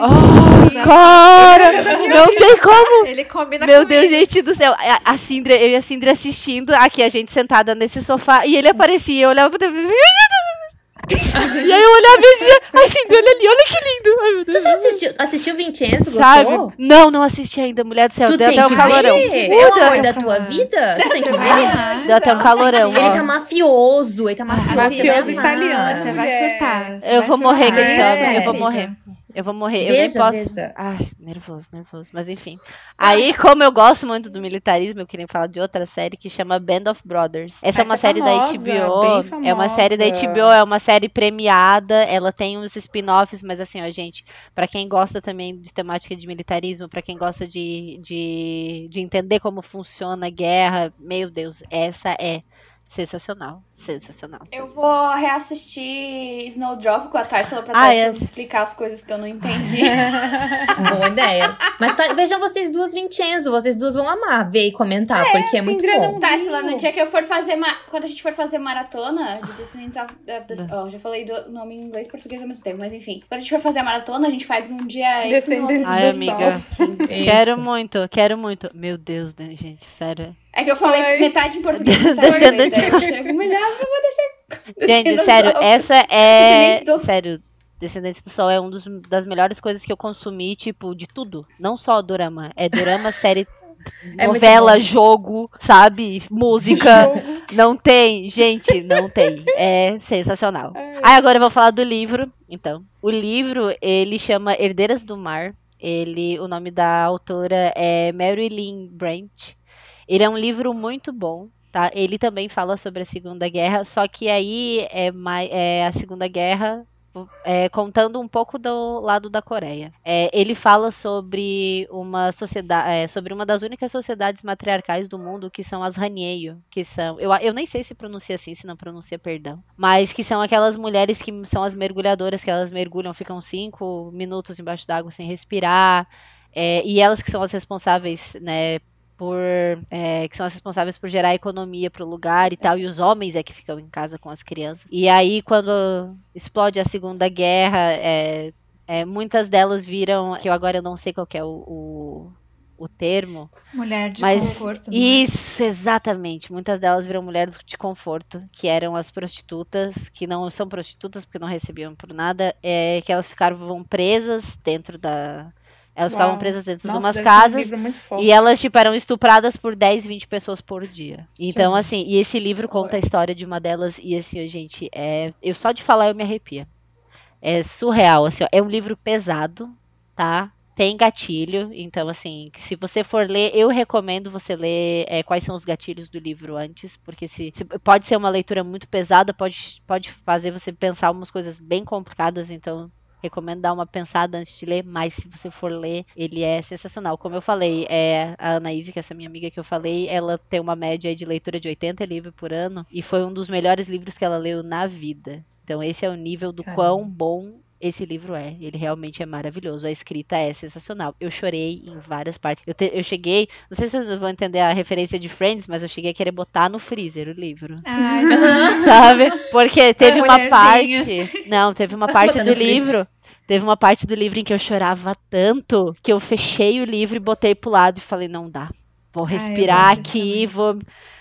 Cara, não tem como. Ele combina Meu comigo. Deus, gente do céu. A Sindra, eu e a Sindra assistindo, aqui a gente sentada nesse sofá, e ele aparecia, eu olhava pra TV. E aí eu olhava e dizia, ai, Sindra, olha ali, olha que lindo. Ai, meu Tu Deus. já assistiu Vincenzo? Gostou? Sabe? Não assisti ainda, mulher do céu. Tu Deu tem até que um calorão. ver. É o amor Deu- da tua vida? Tu tem que ver. Ah, Deu até um calorão. Ele ó. tá mafioso, ele tá mafioso. Mafioso você vai italiano. amar. Você vai surtar. Eu vou morrer com esse É. homem, eu vou morrer. Eu vou morrer, eu nem Veja, posso. veja. Ai, nervoso. Mas enfim. Aí, como eu gosto muito do militarismo, eu queria falar de outra série que chama Band of Brothers. Essa é uma Essa é série famosa, da bem HBO. É uma série da famosa. HBO, é uma série premiada. Ela tem uns spin-offs, mas assim, ó, gente, pra quem gosta também de temática de militarismo, pra quem gosta de entender como funciona a guerra, meu Deus, essa é sensacional. Eu vou reassistir Snowdrop com a Társila pra Ah, Társila é. me explicar as coisas que eu não entendi. Boa ideia. Mas vejam vocês duas Vincenzo, vocês duas vão amar ver e comentar, porque é muito Sindra bom. não- Társila, no dia que eu for fazer quando a gente for fazer maratona de Descendants of the já falei do nome em inglês e português ao mesmo tempo, mas enfim. Quando a gente for fazer a maratona, a gente faz num dia esse no outro. Descendentes Ai, do amiga. Sol. Isso. Quero muito. Meu Deus, né, gente, sério. É que eu falei Ai. metade em português, metade em inglês. Daí eu achei melhor, eu vou deixar. Gente, Descendants sério, of- essa é. Descendentes do- Sério, Descendentes do Sol é das melhores coisas que eu consumi, tipo, de tudo. Não só dorama. É dorama, série, É muito novela, bom. jogo, sabe? Música. Não tem, gente, não tem. É sensacional. Aí agora eu vou falar do livro. Então, o livro, ele chama Herdeiras do Mar. O nome da autora é Mary Lynn Brandt. Ele é um livro muito bom, tá? Ele também fala sobre a Segunda Guerra, só que aí é a Segunda Guerra contando um pouco do lado da Coreia. Ele fala sobre uma sociedade, sobre uma das únicas sociedades matriarcais do mundo, que são as Hanyeyo, que são, eu nem sei se pronuncia assim, se não pronuncia, perdão, mas que são aquelas mulheres que são as mergulhadoras, que elas mergulham, ficam 5 minutos embaixo d'água sem respirar, e elas que são as responsáveis, né, que são as responsáveis por gerar economia para o lugar e tal, e os homens é que ficam em casa com as crianças. E aí, quando explode a Segunda Guerra, muitas delas viram, que eu não sei qual que é o termo. Mulher de mas conforto. né? Isso, exatamente. Muitas delas viram mulheres de conforto, que eram as prostitutas, que não são prostitutas porque não recebiam por nada, que elas ficavam presas dentro da... Elas ficavam presas dentro de umas casas e elas, tipo, eram estupradas por 10, 20 pessoas por dia. Então, assim, e esse livro conta a história de uma delas e, assim, gente, eu só de falar eu me arrepia. É surreal, assim, ó, é um livro pesado, tá? Tem gatilho, então, assim, se você for ler, eu recomendo você ler quais são os gatilhos do livro antes, porque pode ser uma leitura muito pesada, pode fazer você pensar umas coisas bem complicadas, então... Recomendo dar uma pensada antes de ler, mas se você for ler, ele é sensacional. Como eu falei, a Anaíse, que é essa minha amiga que eu falei, ela tem uma média de leitura de 80 livros por ano, e foi um dos melhores livros que ela leu na vida. Então esse é o nível do quão bom esse livro é. Ele realmente é maravilhoso. A escrita é sensacional. Eu chorei em várias partes. Eu cheguei, não sei se vocês vão entender a referência de Friends, mas eu cheguei a querer botar no freezer o livro. Ai, Sabe? Porque teve uma mulherzinhas. parte... Não, teve uma parte Botar do no freezer. livro... Teve uma parte do livro em que eu chorava tanto que eu fechei o livro e botei pro lado e falei, não dá. Vou respirar aqui, vou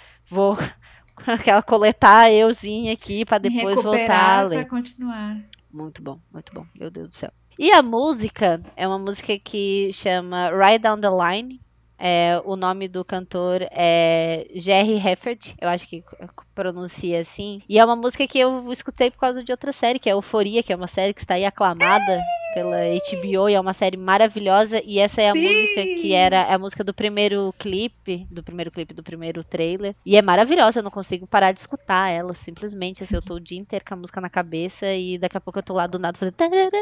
coletar euzinha aqui pra depois voltar a ler. Pra continuar. Muito bom, meu Deus do céu. E a música é uma música que chama Ride Down the Line. O nome do cantor é Jerry Hefferdt, eu acho que pronuncia assim. E é uma música que eu escutei por causa de outra série, que é Euforia, que é uma série que está aí aclamada pela HBO, e é uma série maravilhosa. E essa é a música que era a música do primeiro trailer. E é maravilhosa, eu não consigo parar de escutar ela, simplesmente. Assim, eu tô o dia inteiro com a música na cabeça e daqui a pouco eu tô lá do nada fazendo...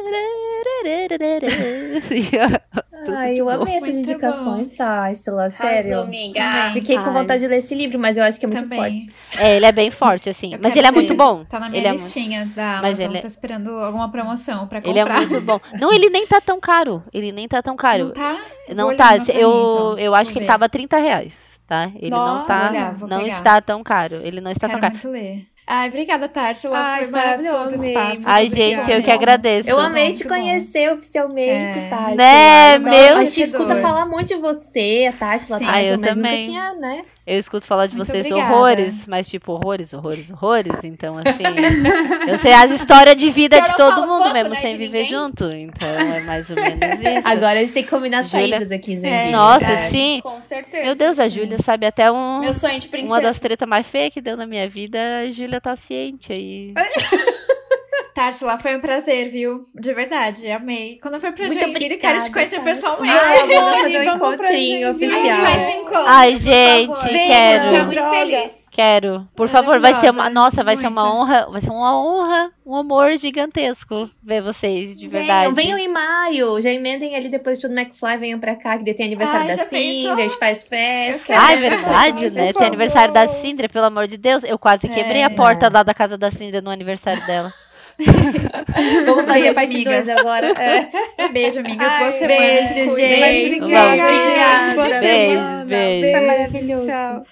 Ai, eu amei essas indicações, Társila, sério. Amiga. Fiquei com vontade de ler esse livro, mas eu acho que é muito forte. Ele é bem forte, assim. Mas ele é muito bom. Tá na minha listinha da Amazon, tô esperando alguma promoção pra comprar. Ele é muito bom. Não, ele nem tá tão caro. Não tá? Não tá. Eu acho que ele tava R$30, tá? Ele não tá. Não está tão caro. Ele não está tão caro. Muito ler. Ai, obrigada, Társila. Foi maravilhoso esse papo. Ai, gente, eu que agradeço. Eu amei te conhecer oficialmente, Társila. Né, meu? A gente escuta falar muito de você, a Társila, eu mas também. nunca tinha, né? Eu escuto falar de vocês obrigada. horrores, mas tipo, horrores. Então, assim, eu sei as histórias de vida de todo mundo mesmo, sem viver junto. Então, é mais ou menos isso. Agora a gente tem que combinar saídas aqui, gente. Nossa, sim. Com certeza. Meu Deus, a Júlia sabe até Meu sonho de princesa. uma das tretas mais feias que deu na minha vida, a Júlia tá ciente aí. Társila, foi um prazer, viu? De verdade, amei. Quando eu for pra Joinville, quero te conhecer pessoalmente. Vamos fazer um encontrinho oficial. A gente faz um encontro. Ai, gente, quero. Tô muito feliz. Quero. Por favor, vai ser uma honra, um amor gigantesco ver vocês, de verdade. Venham em maio, já emendem ali depois de tudo McFly, venham pra cá, que daí tem aniversário da Cindra, a gente faz festa. Ai, verdade, né? Tem aniversário da Cindra, pelo amor de Deus. Eu quase quebrei a porta lá da casa da Cindra no aniversário dela. Vamos fazer a parte 2 agora. Beijo, amigas. Boa semana. Beijo, gente. Obrigada. Beijo. Foi maravilhoso. Tchau.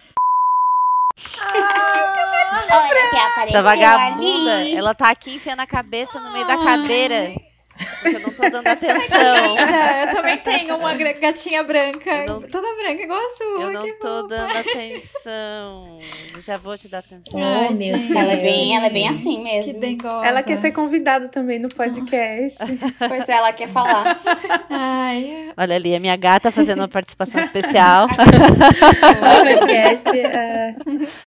Olha que apareceu Essa vagabunda, ali. ela tá aqui enfiando a cabeça no meio da cadeira. Porque eu não tô dando atenção. Eu também tenho uma gatinha branca. Toda branca, igual a sua. Eu não tô dando atenção. Já vou te dar atenção. Ai, meu Deus. Ela é bem assim mesmo. Que dengosa. Ela quer ser convidada também no podcast. Pois é, ela quer falar. Ai. Olha ali, a minha gata fazendo uma participação especial. Não esquece.